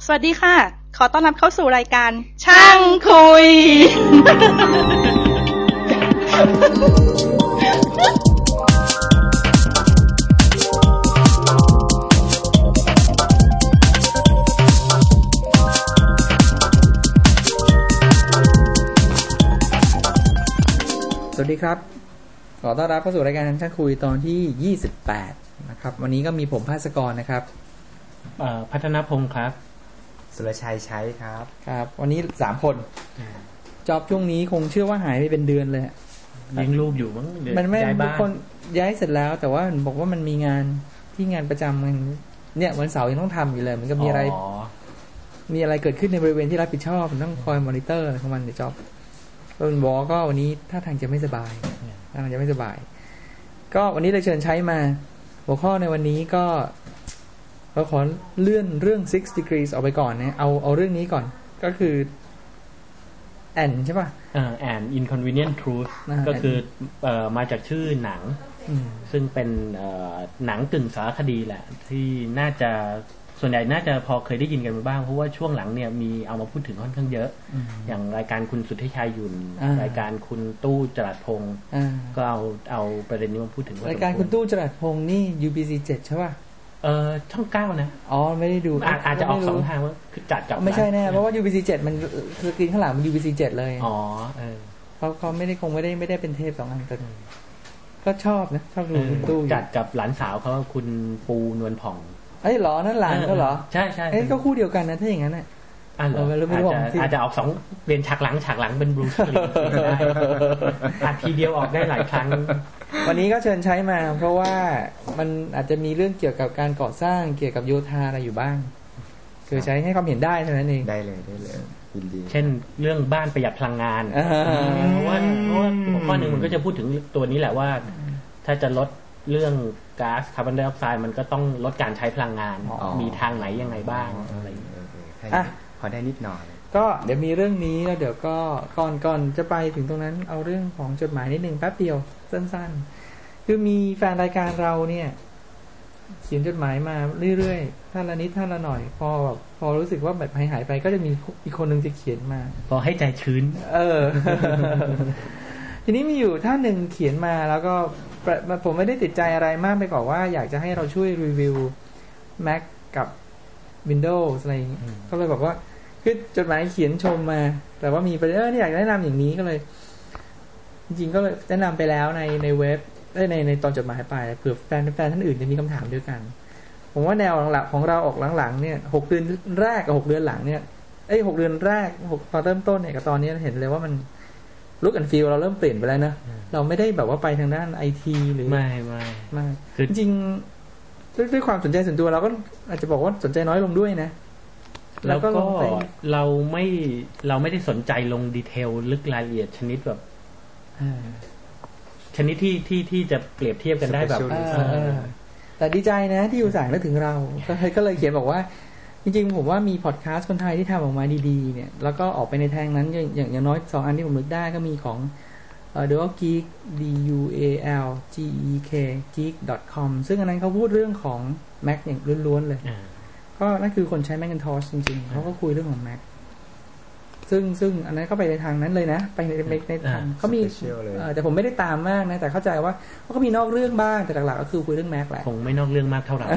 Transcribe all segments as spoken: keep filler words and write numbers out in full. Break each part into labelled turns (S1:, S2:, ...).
S1: วัสดีค่ะขอต้อนรับเข้าสู่รายการช่างคุย
S2: สวัสดีครับขอต้อนรับเข้าสู่รายการช่างคุยตอนที่ยี่สิบแปดนะครับวันนี้ก็มีผมภาสกรนะครับ
S3: พัฒนพงศ์ครับ
S4: สุรชัยใช้ครับ
S2: ครับวันนี้สามคนจอบช่วงนี้คงเชื่อว่าหายไปเป็นเดือนเลย
S3: เลี้ยงลูกอยู่มั้ง
S2: มันไม่ทุกคนย้ายเสร็จแล้วแต่ว่าบอกว่ามันมีงานที่งานประจำมันเนี่ยวันเสาร์ยังต้องทำอยู่เลยมันก็มีอะไรมีอะไรเกิดขึ้นในบริเวณที่รับผิดชอบมันต้องคอยมอนิเตอร์อะไรของมันในจอบต้นบอกก็วันนี้ถ้าทางจะไม่สบายถ้าทางจะไม่สบายก็วันนี้เลยเชิญใช้มาหัวข้อในวันนี้ก็เราขอเลื่อนเรื่อง six degrees ออกไปก่อนนะเอาเอาเรื่องนี้ก่อนก็คือ and ใช่ป่ะ
S3: เอ่อ and inconvenient truth ก็คือเอ่อมาจากชื่อหนังซึ่งเป็นเอ่อหนังกึ่งสารคดีแหละที่น่าจะส่วนใหญ่น่าจะพอเคยได้ยินกันมาบ้างเพราะว่าช่วงหลังเนี่ยมีเอามาพูดถึงค่อนข้างเยอะอย่างรายการคุณสุทธิชัยยุ่นรายการคุณตู้จรัสพงศ์ก็เอาเอาประเด็นนี้มาพูดถึง
S2: รายการคุณตู้จรัสพงศ์นี่ ยู บี ซี เจ็ดใช่ป่ะ
S3: เออช่องเก้านะ
S2: อ๋อไม่ได้ดู
S3: อาจอาจจะออกสองทางว่าคือจัดกับ
S2: ไม่ใช่แน่เพราะว่า ยู บี ซี เจ็ดมันสกรีนข้างหลังมัน ยู บี ซี เจ็ดเลย
S3: อ๋อเออ
S2: เขาเขาไม่ได้คงไม่ได้ไม่ได้เป็นเทปสองอันแต่ก็ชอบนะชอบดูคุณตู้
S3: จัดกับหลานสาวเขาคุณปูนวลผ่อง
S2: เอ้ยเหรอนั่นหลานก็เหรอ
S3: ใช่ใช่
S2: เอ้ยก็คู่เดียวกันนะถ้าอย่างนั้นน่ะ
S3: อ่าเหรออาจจะอาจจะออกสองเรียนฉากหลังฉากหลังเป็นบรูซลีได้อาจทีเดียวออกได้หลายครั้ง
S2: วันนี้ก็เชิญใช้มาเพราะว่ามันอาจจะมีเรื่องเกี่ยวกับการก่อสร้างเกี่ยวกับโยธาอะไรอยู่บ้างคือใช้ให้ความเห็นได้เท่านั้นเอง
S4: ได้เลยได้เลยยินดี
S3: เช่นเรื่องบ้านประหยัดพลังงานเพราะว่าเพราะว่าข้อหนึ่งมันก็จะพูดถึงตัวนี้แหละว่าถ้าจะลดเรื่องก๊าซคาร์บอนไดออกไซด์มันก็ต้องลดการใช้พลังงานมีทางไหนยังไงบ้างอะไร
S4: อ่ะพอได้นิดหน่อย
S2: ก็เดี๋ยวมีเรื่องนี้แล้วเดี๋ยวก็ก่อนก่อนจะไปถึงตรงนั้นเอาเรื่องของจดหมายนิดนึงแป๊บเดียวสั้นๆคือมีแฟนรายการเราเนี่ยเขียนจดหมายมาเรื่อยๆท่านละนิดท่านละหน่อยพอแบบพอรู้สึกว่าแบบหายหายไปก็จะมีอีกคนนึงจะเขียนมา
S3: พอให้ใจชื้น
S2: เออ ทีนี้มีอยู่ท่านหนึ่งเขียนมาแล้วก็ผมไม่ได้ติดใจอะไรมากไปกว่าว่าอยากจะให้เราช่วยรีวิว Mac กับ Windows อะไรอย่างนี้ก็เลยบอกว่าคือจดหมายเขียนชมมาแต่ว่ามีประเด็นเอออยากแนะนำอย่างนี้ก็เลยจริงๆก็เลยแนะนำไปแล้วในในเว็บในในตอนจดหมายไปเผื่อแฟนแฟนท่านอื่นจะมีคำถามด้วยกันผมว่าแนวหลักของเราออกหลังๆเนี่ยหกเดือนแรกกับหกเดือนหลังเนี่ยเอ้ยหกเดือนแรกหกตอนเริ่มต้นเนี่ยกับตอนนี้เห็นเลยว่ามันลุคแอนด์ฟีลเราเริ่มเปลี่ยนไปแล้วนะเราไม่ได้แบบว่าไปทางด้านไอทีหรือ
S3: ไม่ไม่
S2: ไม่จริงๆด้วยความสนใจส่วนตัวเราก็อาจจะบอกว่าสนใจน้อยลงด้วยนะ
S3: แล้วก็เราไม่เราไม่ได้สนใจลงดีเทลลึกรายละเอียดชนิดแบบชนิดที่ที่ที่จะเปรียบเทียบกันได้แบบ
S2: แต่ดีใจนะที่อยู่สายแล้วถึงเราก็เลยเขียนบอกว่าจริงๆผมว่ามีพอดแคสต์คนไทยที่ทำออกมาดีๆเนี่ยแล้วก็ออกไปในทางนั้นอย่างอย่างน้อยสองอันที่ผมนึกได้ก็มีของเอ่อ Dual Geek D U A L G E K geek dot com ซึ่งอันนั้นเขาพูดเรื่องของ Mac อย่างล้วนๆเลยก็นั่นคือคนใช้ Macintosh จริงๆเขาก็คุยเรื่องของ Mac ซึ่งซึ่งอันนั้นก็ไปในทางนั้นเลยนะไปในในทางเขามีแต่ผมไม่ได้ตามมากนะแต่เข้าใจว่าเขาก็มีนอกเรื่องบ้างแต่หลักๆก็คือคุยเรื่อง Mac แหละ
S3: คงไม่นอกเรื่องมากเท่าไหร่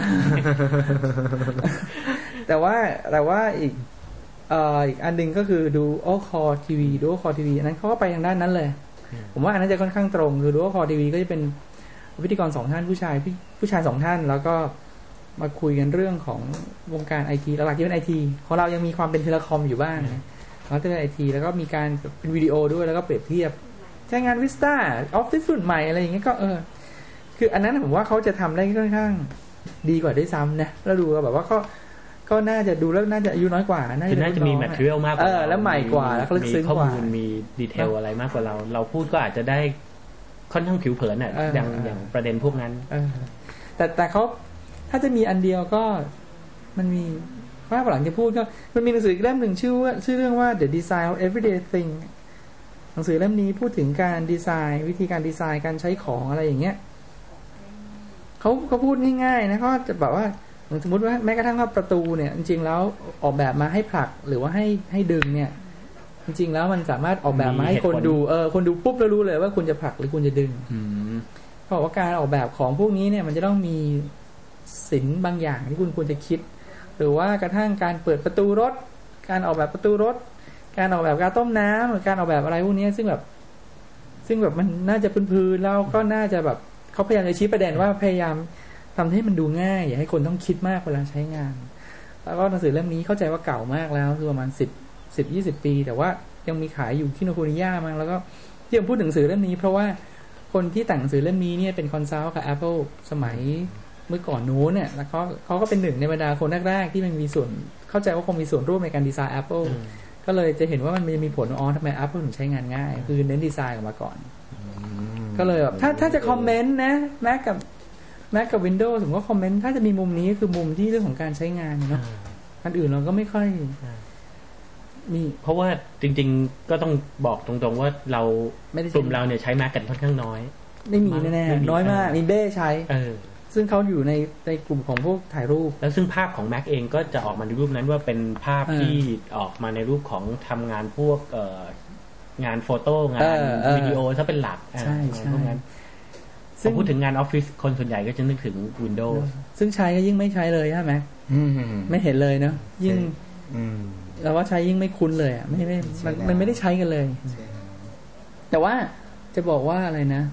S2: แต่ว่าแต่ว่าอีกเอ่ออีกอันนึงก็คือดู Dual Core ที วี Dual Core ที วี อันนั้นเขาก็ไปทางด้านนั้นเลยผมว่าอันนั้นจะค่อนข้างตรงคือ Dual Core ที วี ก็จะเป็นพิธีกรสองท่านผู้ชายผู้ชายสองท่านแล้วก็มาคุยกันเรื่องของวงการ ไอ ที หลักๆที่เป็น ไอ ที ของเรายังมีความเป็นเทเลคอมอยู่บ้างแล้วก็เป็น ไอ ที แล้วก็มีการเป็นวิดีโอด้วยแล้วก็เปรียบเทียบใช้งาน Vista Office รุ่นใหม่อะไรอย่างเงี้ยก็เออคืออันนั้นผมว่าเขาจะทำได้ค่อนข้างดีกว่าด้วยซ้ำนะแล้วดูแบบว่าก็ก็น่าจะดูแล้วน่าจะอายุน้อยกว่า
S3: น่าจะน่าจะมี material มากกว่า
S2: เออแล้วใหม่กว่าแล้วลึกซึ้งกว่า
S3: มีข้อมูลมีดีเทลอะไรมากกว่าเราเราพูดก็อาจจะได้ค่อนข้างผิวเผินอ่ะอย่างอย่างประเด็นพวกนั้น
S2: แต่แต่เขาถ้าจะมีอันเดียวก็มันมีว่าหลังจะพูดก็มันมีหนังสืออีกเล่มหนึ่งชื่อว่าชื่อเรื่องว่า The Design of Everyday Thing หนังสือเล่มนี้พูดถึงการดีไซน์วิธีการดีไซน์การใช้ของอะไรอย่างเงี้ยเขาเขาพูดง่ายๆนะเขาจะแบบว่าผสมมติว่าแม้กระทั่งว่าประตูเนี่ยจริงๆแล้วออกแบบมาให้ผลักหรือว่าให้ให้ดึงเนี่ยจริงๆแล้วมันสามารถออกแบบมาให้คนดูเออคนดูปุ๊บแล้วรู้เลยว่าคุณจะผลักหรือคุณจะดึงเพราะว่าการออกแบบของพวกนี้เนี่ยมันจะต้องมีศิลป์บางอย่างที่คุณควรจะคิดหรือว่ากระทั่งการเปิดประตูรถการออกแบบประตูรถการออกแบบการต้มน้ำหรือการออกแบบอะไรพวกนี้ซึ่งแบบซึ่งแบบมันน่าจะพื้นๆแล้วก็น่าจะแบบเขาพยายามจะชี้ประเด็นว่าพยายามทำให้มันดูง่ายอย่าให้คนต้องคิดมากเวลาใช้งานแล้วก็หนังสือเล่มนี้เข้าใจว่าเก่ามากแล้วคือประมาณสิบ สิบ ยี่สิบปีแต่ว่ายังมีขายอยู่ที่โนโคนิยามั้งแล้วก็ที่ผมพูดถึงหนังสือเล่มนี้เพราะว่าคนที่แต่งหนังสือเล่มนี้เนี่ยเป็นคอนซัลท์กับ Apple สมัยเมื่อก่อนนู้นเนี่ยแล้วเขาเขาก็เป็นหนึ่งในบรรดาคนแรกๆที่มันมีส่วนเข้าใจว่าคงมีส่วนร่วมในการดีไซน์ Apple ก็เลยจะเห็นว่ามันมีผลอ๋อทำไม Apple ถึงใช้งานง่ายคือเน้นดีไซน์ออกมาก่อนก็เลยแบบถ้าถ้าจะคอมเมนต์นะแม้กับแม้กับ Windows ผมก็คอมเมนต์ถ้าจะมีมุมนี้คือมุมที่เรื่องของการใช้งานเนาะอันอื่นเราก็ไม่ค่อยมี
S3: เพราะว่าจริงๆก็ต้องบอกตรงๆว่าเรากลุ่มเราเนี่ยใช้ Mac กันค่อนข้างน้อย
S2: ไม่มีแน่ๆน้อยมากมีเบ้ใช้ซึ่งเขาอยู่ในในกลุ่มของพวกถ่ายรูป
S3: แล้วซึ่งภาพของ Mac เองก็จะออกมาในรูปนั้นว่าเป็นภาพที่ออกมาในรูปของทำงานพวกงานโฟโต้งานวิดีโอถ้าเป็นหลัก
S2: ใช่ใช่
S3: พวกนั้นพอพูดถึงงานออฟฟิศคนส่วนใหญ่ก็จะนึกถึง Windows
S2: ซึ่งใช้ก็ยิ่งไม่ใช้เลยใช่ไหมไม่เห็นเลยเนาะยิ่งเราว่าใช้ยิ่งไม่คุ้นเลยอ่ะไม่ไม่มันมันไม่ได้ใช้กันเลยแต่ว่าจะบอกว่าอะไรนะ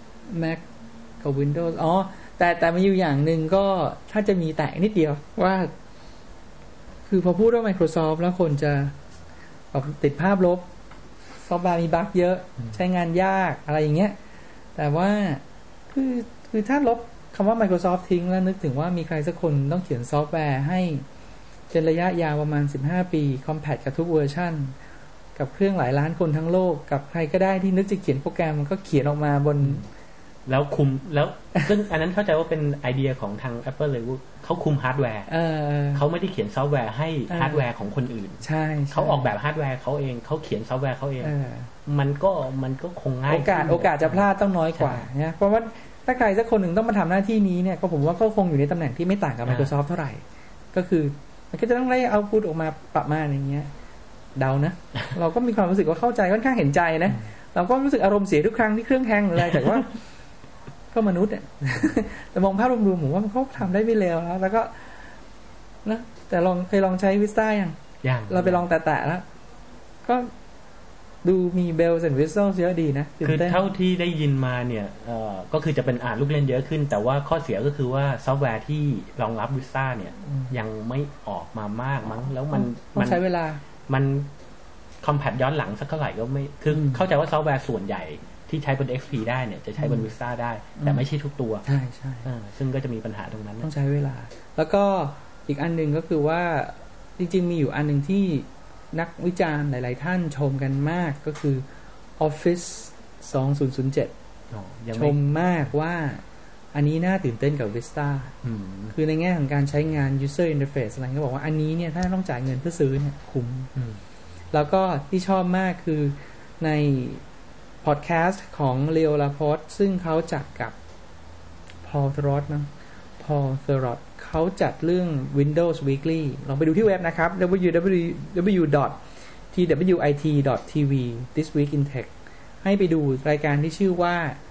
S2: Mac กับ Windows อ๋อแต่แต่มีอยู่อย่างหนึ่งก็ถ้าจะมีแตะนิดเดียวว่าคือพอพูดว่า Microsoft แล้วคนจะติดภาพลบซอฟต์แวร์มีบั๊กเยอะใช้งานยากอะไรอย่างเงี้ยแต่ว่าคือคือถ้าลบคำว่า Microsoft ทิ้งแล้วนึกถึงว่ามีใครสักคนต้องเขียนซอฟต์แวร์ให้เป็นระยะยาวประมาณสิบห้าปีคอมแพตกับทุกเวอร์ชันกับเครื่องหลายล้านคนทั้งโลกกับใครก็ได้ที่นึกจะเขียนโปรแกรมมันก็เขียนออกมาบน
S3: แล้วคุมแล้วซึ่งอันนั้นเข้าใจว่าเป็นไอเดียของทาง Apple เลยว่าเขาคุมฮาร์ดแวร์เขาไม่ได้เขียนซอฟต์แวร์ให้ฮาร์ดแวร์ของคนอื่น
S2: ใช่
S3: เขาออกแบบฮาร์ดแวร์เขาเองเขาเขียนซอฟต์แวร์เขาเองมันก็มันก็คงง่าย
S2: โอกาสโอกาสจะพลาดต้องน้อยกว่าเนี่ยเพราะว่าถ้าใครสักคนหนึ่งต้องมาทำหน้าที่นี้เนี่ยก็ผมว่าก็คงอยู่ในตำแหน่งที่ไม่ต่างกับ Microsoft เท่าไหร่ก็คือมันก็จะต้องไล่เอาพูดออกมาประมาณอย่างเงี้ยเดานะ เราก็มีความรู้สึกว่าเข้าใจค่อนข้างเห็นใจนะเราก็รู้สึกอารมณ์เสียทุกครั้งที่เครื่องแฮงอะไรแต่ว่าก็มนุษย์เนี่ยแต่มองภาพรวมๆผมว่าเขาทำได้ไม่เลวแล้วแล้วก็นะแต่ลองเคยลองใช้วิสต้ายัง
S3: ยัง
S2: เราไปลองแตะๆแล้วก็ดูมีเบลส์วิสโซเยอะดีนะ
S3: คือเท่าที่ได้ยินมาเนี่ยเอ่อก็คือจะเป็นอ่านลูกเล่นเยอะขึ้นแต่ว่าข้อเสียก็คือว่าซอฟต์แวร์ที่รองรับวิสต้าเนี่ยยังไม่ออกมามากมั้งแล้วมัน
S2: มันใช้เวลา
S3: มันคอมแพตย้อนหลังสักเท่าไหร่ก็ไม่คือเข้าใจว่าซอฟต์แวร์ส่วนใหญ่ที่ใช้บน เอ็กซ์ พี ได้เนี่ยจะใช้บน Vista ได้แต่ไม่ใช่ทุกตัว
S2: ใช่ใช่
S3: ซึ่งก็จะมีปัญหาตรงนั้น
S2: ต้องใช้เวลาแล้วก็อีกอันนึงก็คือว่าจริงๆมีอยู่อันนึงที่นักวิจารณ์หลายๆท่านชมกันมากก็คือ Office สองพันเจ็ดชมมากว่าอันนี้น่าตื่นเต้นกับ Vista คือในแง่ของการใช้งาน user interface อะไรก็บอกว่าอันนี้เนี่ยถ้าต้องจ่ายเงินเพื่อซื้อเนี่ยคุ้มแล้วก็ที่ชอบมากคือในพอดแคสต์ของเลโอ ลาพอร์ตซึ่งเขาจัดกับพอล เทอรอตนะพอล เทอรอตเขาจัดเรื่อง Windows Weekly ลองไปดูที่เว็บนะครับ ดับเบิลยู ดับเบิลยู ดับเบิลยู ดอท ที ดับเบิลยู ไอ ที ดอท ที วี This Week in Tech ให้ไปดูรายการที่ชื่อว่า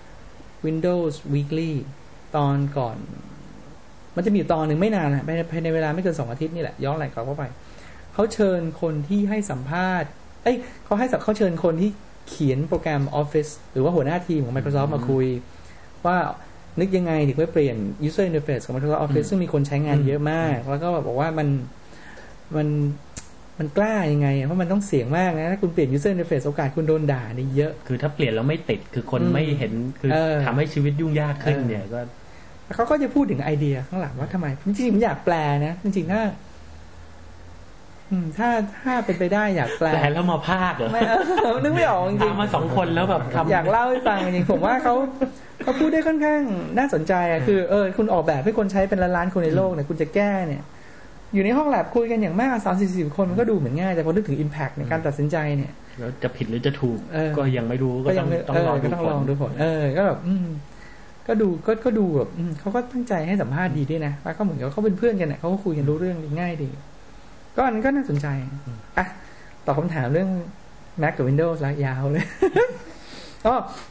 S2: Windows Weekly ตอนก่อนมันจะมีตอนหนึ่งไม่นานนะภายในเวลาไม่เกินสองอาทิตย์นี่แหละย้อนหลังกลับเข้าไปเขาเชิญคนที่ให้สัมภาษณ์เอ้ยเขาให้เขาเชิญคนที่เขียนโปรแกรม Office หรือว่าหัวหน้าทีมของ Microsoft มาคุยว่านึกยังไงถึงไม่เปลี่ยน User Interface ของ Microsoft Office ซึ่งมีคนใช้งานเยอะมากแล้วก็บอกว่ามันมันมันกล้ายังไงเพราะมันต้องเสี่ยงมากนะถ้าคุณเปลี่ยน User Interface โอกาสคุณโดนด่านี่เยอะ
S3: คือถ้าเปลี่ยนแล้วไม่ติดคือคนไม่เห็นคือทำให้ชีวิตยุ่งยากขึ้นเนี่ยก็
S2: เขาก็จะพูดถึงไอเดียข้างหลังว่าทำไมจริงๆผมอยากแปลนะจริงๆถ้าถ้าถ้าเป็นไปได้อยากแปล
S3: แปลแล้วมาพากเหรอ
S2: ไม่นึกไม่ออกจริง
S3: ๆมาสองคนแล้วแบบ
S2: อยากเล่าให้ฟังจริงๆผมว่าเขาเขาพูดได้ค่อนข้างน่าสนใจอ่ะคือเออคุณออกแบบให้คนใช้เป็นล้านๆคนในโลกเนี่ยคุณจะแก้เนี่ยอยู่ในห้องแลบคุยกันอย่างมาก สามสิบ สี่สิบ คนมันก็ดูเหมือนง่ายแต่พอนึกถึง impact ในการตัดสินใจเนี่ย
S3: แล้วจะผิดหรือจะถูกก็ยังไม่รู้ก็ต้องต้องลองดูผล
S2: เออก็แบบอืมก็ดูก็ก็ดูแบบเขาก็ตั้งใจให้สัมภาษณ์ดีด้วยนะแล้วก็เหมือนกับเขาเป็นเพื่อนกันเนี่ยเขาก็คุยกันรู้เรื่องง่ายดีก็อันนั้นก็น่าสนใจอ่ะตอบคำถามเรื่อง Mac กับ Windows แล้วยาวเลย ก็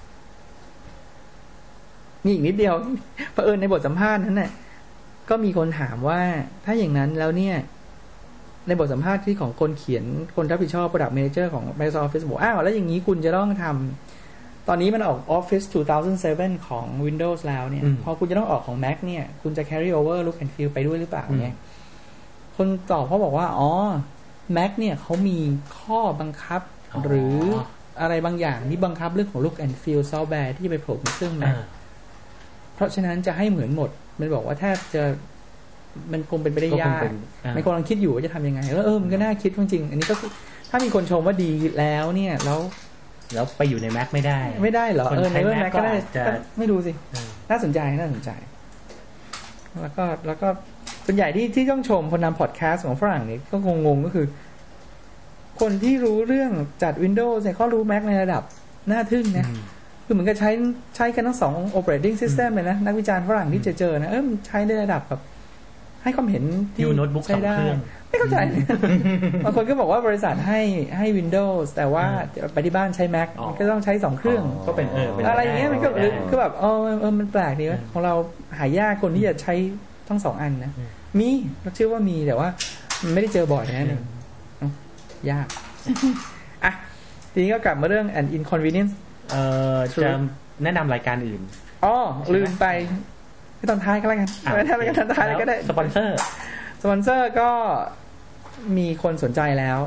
S2: มีอีกนิดเดียวเผอิญในบทสัมภาษณ์นั้นน่ะก็มีคนถามว่าถ้าอย่างนั้นแล้วเนี่ยในบทสัมภาษณ์ที่ของคนเขียนคนรับผิดชอบ Product Manager ของ Microsoft Office บอกอ้าวแล้วอย่างนี้คุณจะต้องทำตอนนี้มันออก Office สองพันเจ็ดของ Windows แล้วเนี่ยพอคุณจะต้องออกของ Mac เนี่ยคุณจะ carry over look and feel ไปด้วยหรือเปล่าเนี่ยคนตอบเขาบอกว่าอ๋อ Mac เนี่ยเขามีข้อบังคับหรืออะไรบางอย่างที่บังคับเรื่องของ look and feel ซอฟต์แวร์ที่ไปโผล่ในเครื่อง Mac เพราะฉะนั้นจะให้เหมือนหมดมันบอกว่าถ้าจะมันคงเป็นไปได้ยากมันกำลังคิดอยู่ว่าจะทำยังไงแล้วเออมันก็น่าคิดจริงๆอันนี้ก็ถ้ามีคนชมว่าดีแล้วเนี่ยแล้ว
S3: แล้วไปอยู่ใน Mac ไม่ได้
S2: ไม่ได้เหรอเออในเรื่อง Mac ก็ได้ไม่รู้สิน่าสนใจน่าสนใจแล้วก็แล้วก็ส่วนใหญ่ที่ที่ต้องชมคนนำพอดแคสต์ของฝรั่งนี่ก็งงๆก็คือคนที่รู้เรื่องจัด Windows เนี่ยเขารู้ Mac ในระดับน่าทึ่งนะคือเหมือนกับใช้ใช้กันทั้งสอง operating system เลยนะนักวิจารณ์ฝรั่งที่เจอๆนะเออใช้ในระดับแบบให้ความเห็นที่ใช้ได้ไม่เข้าใจบางคนก็บอกว่าบริษัทให้ให้ Windows แต่ว่าไปที่บ้านใช้ Mac ก็ต้องใช้สองเครื่อง
S3: ก็เป็นเออ
S2: อะไรอย่างเงี้ยมันก็คือแบบเออเออมันแปลกดีของเราหายากคนที่จะใช้ทั้งสองอันนะมีเราเชื่อว่ามีแต่ว่ามันไม่ได้เจอบ่อยนะนึงยากอ่ะทีนี้ก็กลับมาเรื่อง an inconvenience
S3: เอ่อจะแนะนำรายการอื่น
S2: อ๋อลืมไปตอนท้ายก็แล้วกันถ้าเป็นตอนท้ายก็ได้
S3: สปอนเซอร์
S2: สปอนเซอร์ก็มีคนสนใจแล้ว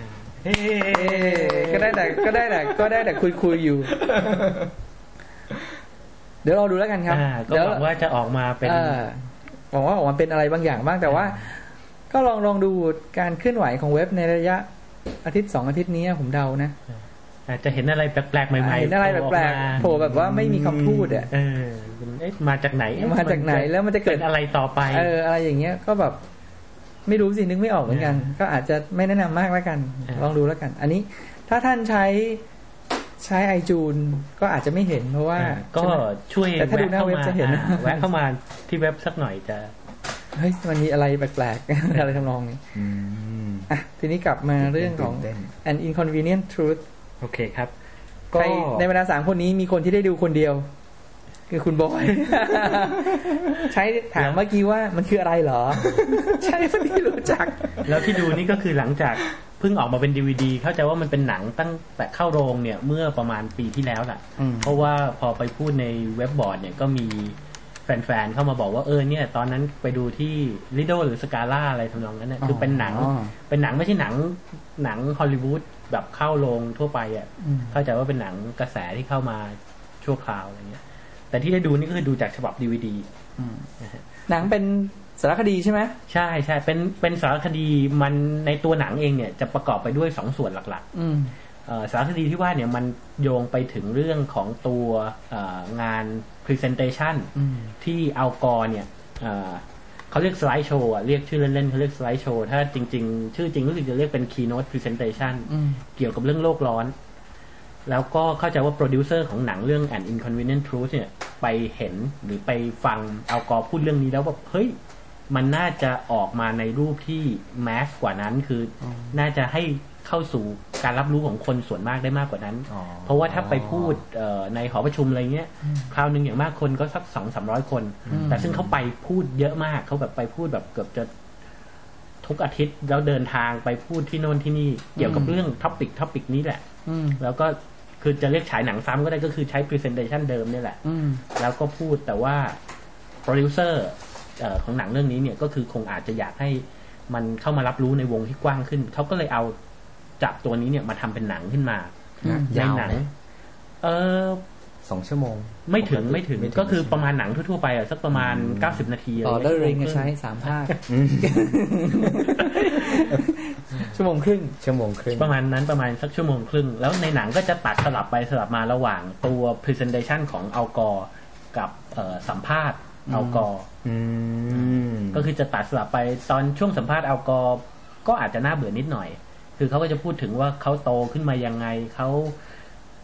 S2: ก็ได้แต่ก็ได้แต่ก็ได้แต่คุยคุยอยู่เดี๋ยวเราดูแล้วกันครับ
S3: ก็หวังว่าจะออกมาเป็น
S2: หวังว่าออกมาเป็นอะไรบางอย่างบ้างแต่ว่าก็ลองลองดูการเคลื่อนไหวของเว็บในระยะอาทิตย์สองอาทิตย์นี้ผมเดานะ
S3: อาจจะเห็นอะไรแปลกๆใหม่ๆ
S2: เห็นอะไรแปลกๆโผล่แบบว่าไม่มีคำพูดอ่ะ
S3: เออมาจากไหน
S2: มาจากไหนแล้วมันจะเกิด
S3: อะไรต่อไป
S2: เอออะไรอย่างเงี้ยก็แบบไม่รู้สินึกไม่ออกเหมือนกันก็อาจจะไม่แนะนำมากแล้วกันลองดูแล้วกันอันนี้ถ้าท่านใช้ใช้ iTunes ก็อาจจะไม่เห็นเพราะว่า
S3: ก็ช่วย
S2: แต่ถ้าดูหน้าเว็บจะเห็น
S3: แวะเข้ามาที่เว็บสักหน่อยจะ
S2: เฮ้ยมันมีอะไรแปลกๆอะไรทำนองนี้อ่ะทีนี้กลับมาเรื่องของ an inconvenient truth
S3: โอเคครับ
S2: ก็ในบรรดาสามคนนี้มีคนที่ได้ดูคนเดียวคือคุณบอยใช้ถามเมื่อกี้ว่ามันคืออะไรเหรอใช่ไม่ได้รู้จัก
S3: แล้วที่ดูนี่ก็คือหลังจากเพิ่งออกมาเป็น ดี วี ดี เข้าใจว่ามันเป็นหนังตั้งแต่เข้าโรงเนี่ยเมื่อประมาณปีที่แล้วแหละเพราะว่าพอไปพูดในเว็บบอร์ดเนี่ยก็มีแฟนๆเข้ามาบอกว่าเออเนี่ยตอนนั้นไปดูที่ Lido หรือ Scala อะไรทำนองนั้นนะคือเป็นหนังเป็นหนังไม่ใช่หนังหนังฮอลลีวูดแบบเข้าโรงทั่วไปอ่ะเข้าใจว่าเป็นหนังกระแสที่เข้ามาชั่วคราวอะไรเงี้ยแต่ที่ได้ดูนี่ก็คือดูจากฉบับ ดี วี ดี
S2: หนังเป็นสารคดีใช่ไหม
S3: ใช่ใช่เป็นเป็นสารคดีมันในตัวหนังเองเนี่ยจะประกอบไปด้วยสองส่วนหลักๆสารคดีที่ว่าเนี่ยมันโยงไปถึงเรื่องของตัวงาน presentation ที่อัลกอร์เนี่ยเขาเรียกสไลด์โชว์เรียกชื่อเล่นๆเขาเรียกสไลด์โชว์ถ้าจริงๆชื่อจริงรู้สึกจะเรียกเป็น keynote presentation เกี่ยวกับเรื่องโลกร้อนแล้วก็เข้าใจว่าโปรดิวเซอร์ของหนังเรื่อง an inconvenient truth เนี่ยไปเห็นหรือไปฟังอัลกอร์พูดเรื่องนี้แล้วแบบเฮ้ยมันน่าจะออกมาในรูปที่แมสกว่านั้นคือน่าจะให้เข้าสู่การรับรู้ของคนส่วนมากได้มากกว่านั้นเพราะว่าถ้าไปพูดในหอประชุมอะไรเงี้ยคราวนึงอย่างมากคนก็สัก สองถึงสามร้อย คนแต่ซึ่งเขาไปพูดเยอะมากเขาแบบไปพูดแบบเกือบจะทุกอาทิตย์แล้วเดินทางไปพูดที่โน่นที่นี่เกี่ยวกับเรื่องท็อปิกท็อปิกนี้แหละแล้วก็คือจะเรียกฉายหนังซ้ำก็ได้ก็คือใช้ presentation เดิมนี่แหละแล้วก็พูดแต่ว่าโปรดิวเซอร์ของหนังเรื่องนี้เนี่ยก็คือคงอาจจะอยากให้มันเข้ามารับรู้ในวงที่กว้างขึ้นเขาก็เลยเอาจากตัวนี้เนี่ยมาทำเป็นหนังขึ้นมาในหนังเออ
S4: สองชั่วโมง
S3: ไม่ถึงไม่ถึงก็คือประมาณหนังทั่วๆไปอ่ะสักประมาณเก้าสิบนาที
S2: ต่อได้ริงใช้สามภาคชั่วโมงครึ่ง
S4: ชั่วโมงครึ่ง
S3: ประมาณนั้นประมาณสักชั่วโมงครึ่งแล้วในหนังก็จะตัดสลับไปสลับมาระหว่างตัว presentation ของอัลกอร์กับสัมภาษณ์อัลกอร์ก็คือจะตัดสลับไปตอนช่วงสัมภาษณ์อัลกอร์ก็อาจจะน่าเบื่อนิดหน่อยคือเขาก็จะพูดถึงว่าเขาโตขึ้นมายังไงเขา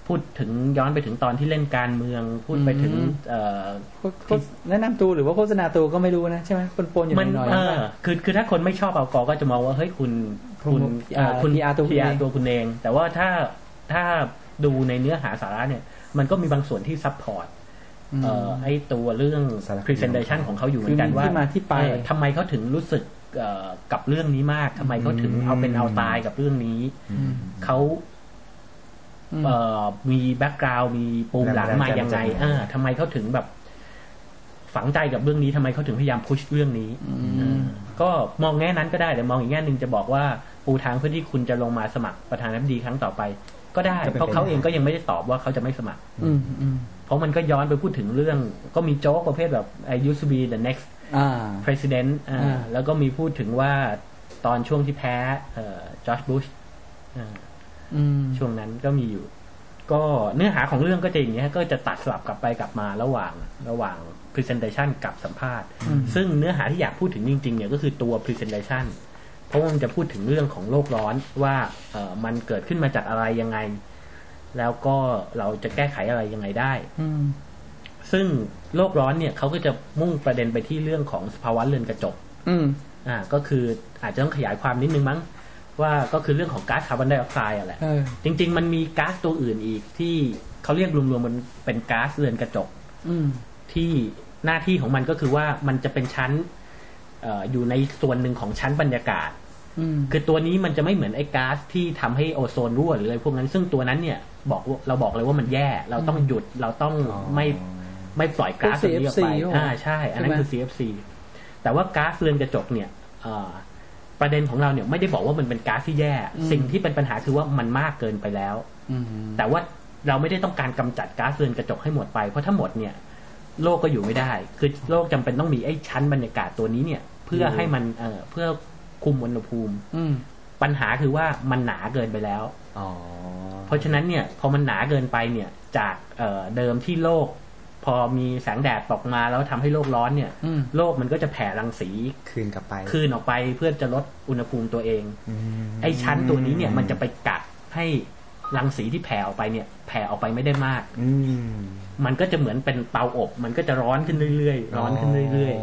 S3: พูดถึงย้อนไปถึงตอนที่เล่นการเมืองพูดไปถึงเอ่อ
S2: แนะนำตัวหรือว่าโฆษณาตัวก็ไม่รู้นะใช่ไหมปนๆอยู่หน่อย
S3: ๆคือคือถ้าคนไม่ชอบเอากอก็จะมองว่าเฮ้ยคุณคุณคุณ
S2: พี อาร์ ตัวคุณเอง
S3: ตัวคุณเองแต่ว่าถ้าถ้าดูในเนื้อหาสาระเนี่ยมันก็มีบางส่วนที่ซัพพอร์ตเอ่อไอ้ตัวเรื่อง presentation ของเขาอยู่เหมือนกันว่าทำไมเขาถึงรู้สึกกับเรื่องนี้มากทำไมเขาถึงเอาเป็นเอาตายกับเรื่องนี้เขาเอ่อมีแบ็กกราวด์มีปูมหลังมายังไงอ่าทำไมเขาถึงแบบฝังใจกับเรื่องนี้ทำไมเขาถึงพยายามพุชเรื่องนี้ก็มองแง่นั้นก็ได้แต่มองอีกแง่นึงจะบอกว่าปูทางเพื่อที่คุณจะลงมาสมัครประธานาธิบดีครั้งต่อไปก็ได้เพราะเขาเองก็ยังไม่ได้ตอบว่าเขาจะไม่สมัครเพราะมันก็ย้อนไปพูดถึงเรื่องก็มีโจ๊กประเภทแบบ I used to be the next president อ่าแล้วก็มีพูดถึงว่าตอนช่วงที่แพ้เอ่อจอร์จบุชช่วงนั้นก็มีอยู่ก็เนื้อหาของเรื่องก็จะอย่างนี้ก็จะตัดสลับกลับไปกลับมาระหว่างระหว่าง presentation กับสัมภาษณ์ซึ่งเนื้อหาที่อยากพูดถึงจริงๆเนี่ยก็คือตัว presentation เพราะมันจะพูดถึงเรื่องของโลกร้อนว่าเอ่อมันเกิดขึ้นมาจากอะไรยังไงแล้วก็เราจะแก้ไขอะไรยังไงได้ซึ่งโลกร้อนเนี่ยเขาก็จะมุ่งประเด็นไปที่เรื่องของสภาวะเรือนกระจกอ่าก็คืออาจจะต้องขยายความนิดนึงมั้งว่าก็คือเรื่องของก๊าซคาร์บอนไดออกไซด์อะไรจริงๆมันมีก๊าซตัวอื่นอีกที่เขาเรียกรวมๆมันเป็นก๊าซเรือนกระจกที่หน้าที่ของมันก็คือว่ามันจะเป็นชั้น เอ่อ อยู่ในส่วนหนึ่งของชั้นบรรยากาศคือตัวนี้มันจะไม่เหมือนไอ้ก๊าซที่ทำให้โอโซนรั่วหรืออะไรพวกนั้นซึ่งตัวนั้นเนี่ยบอกเราบอกเลยว่ามันแย่เราต้องหยุดเราต้องไม่ไม่ปล่อยก๊าซตัวนี้ออกไปอ่าใช่อันนั้นคือ ซี เอฟ ซี แต่ว่าก๊าซเรือนกระจกเนี่ยประเด็นของเราเนี่ยไม่ได้บอกว่ามันเป็นก๊าซที่แย่สิ่งที่เป็นปัญหาคือว่ามันมากเกินไปแล้วแต่ว่าเราไม่ได้ต้องการกำจัดก๊าซเรือนกระจกให้หมดไปเพราะถ้าหมดเนี่ยโลกก็อยู่ไม่ได้คือโลกจำเป็นต้องมีไอ้ชั้นบรรยากาศตัวนี้เนี่ยเพื่อให้มันเอ่อเพื่อคุมอุณหภูมิปัญหาคือว่ามันหนาเกินไปแล้วเพราะฉะนั้นเนี่ยพอมันหนาเกินไปเนี่ยจากเอ่อเดิมที่โลกพอมีแสงแดดตกมาแล้วทำให้โลกร้อนเนี่ยโลกมันก็จะแผ่รังสี
S4: คืนกลับไป
S3: คืนออกไปเพื่อจะลดอุณหภูมิตัวเองไอ้ชั้นตัวนี้เนี่ยมันจะไปกัดให้รังสีที่แผ่ออกไปเนี่ยแผ่ออกไปไม่ได้มากมันก็จะเหมือนเป็นเตาอบมันก็จะร้อนขึ้นเรื่อยๆร้อนขึ้นเรื่อย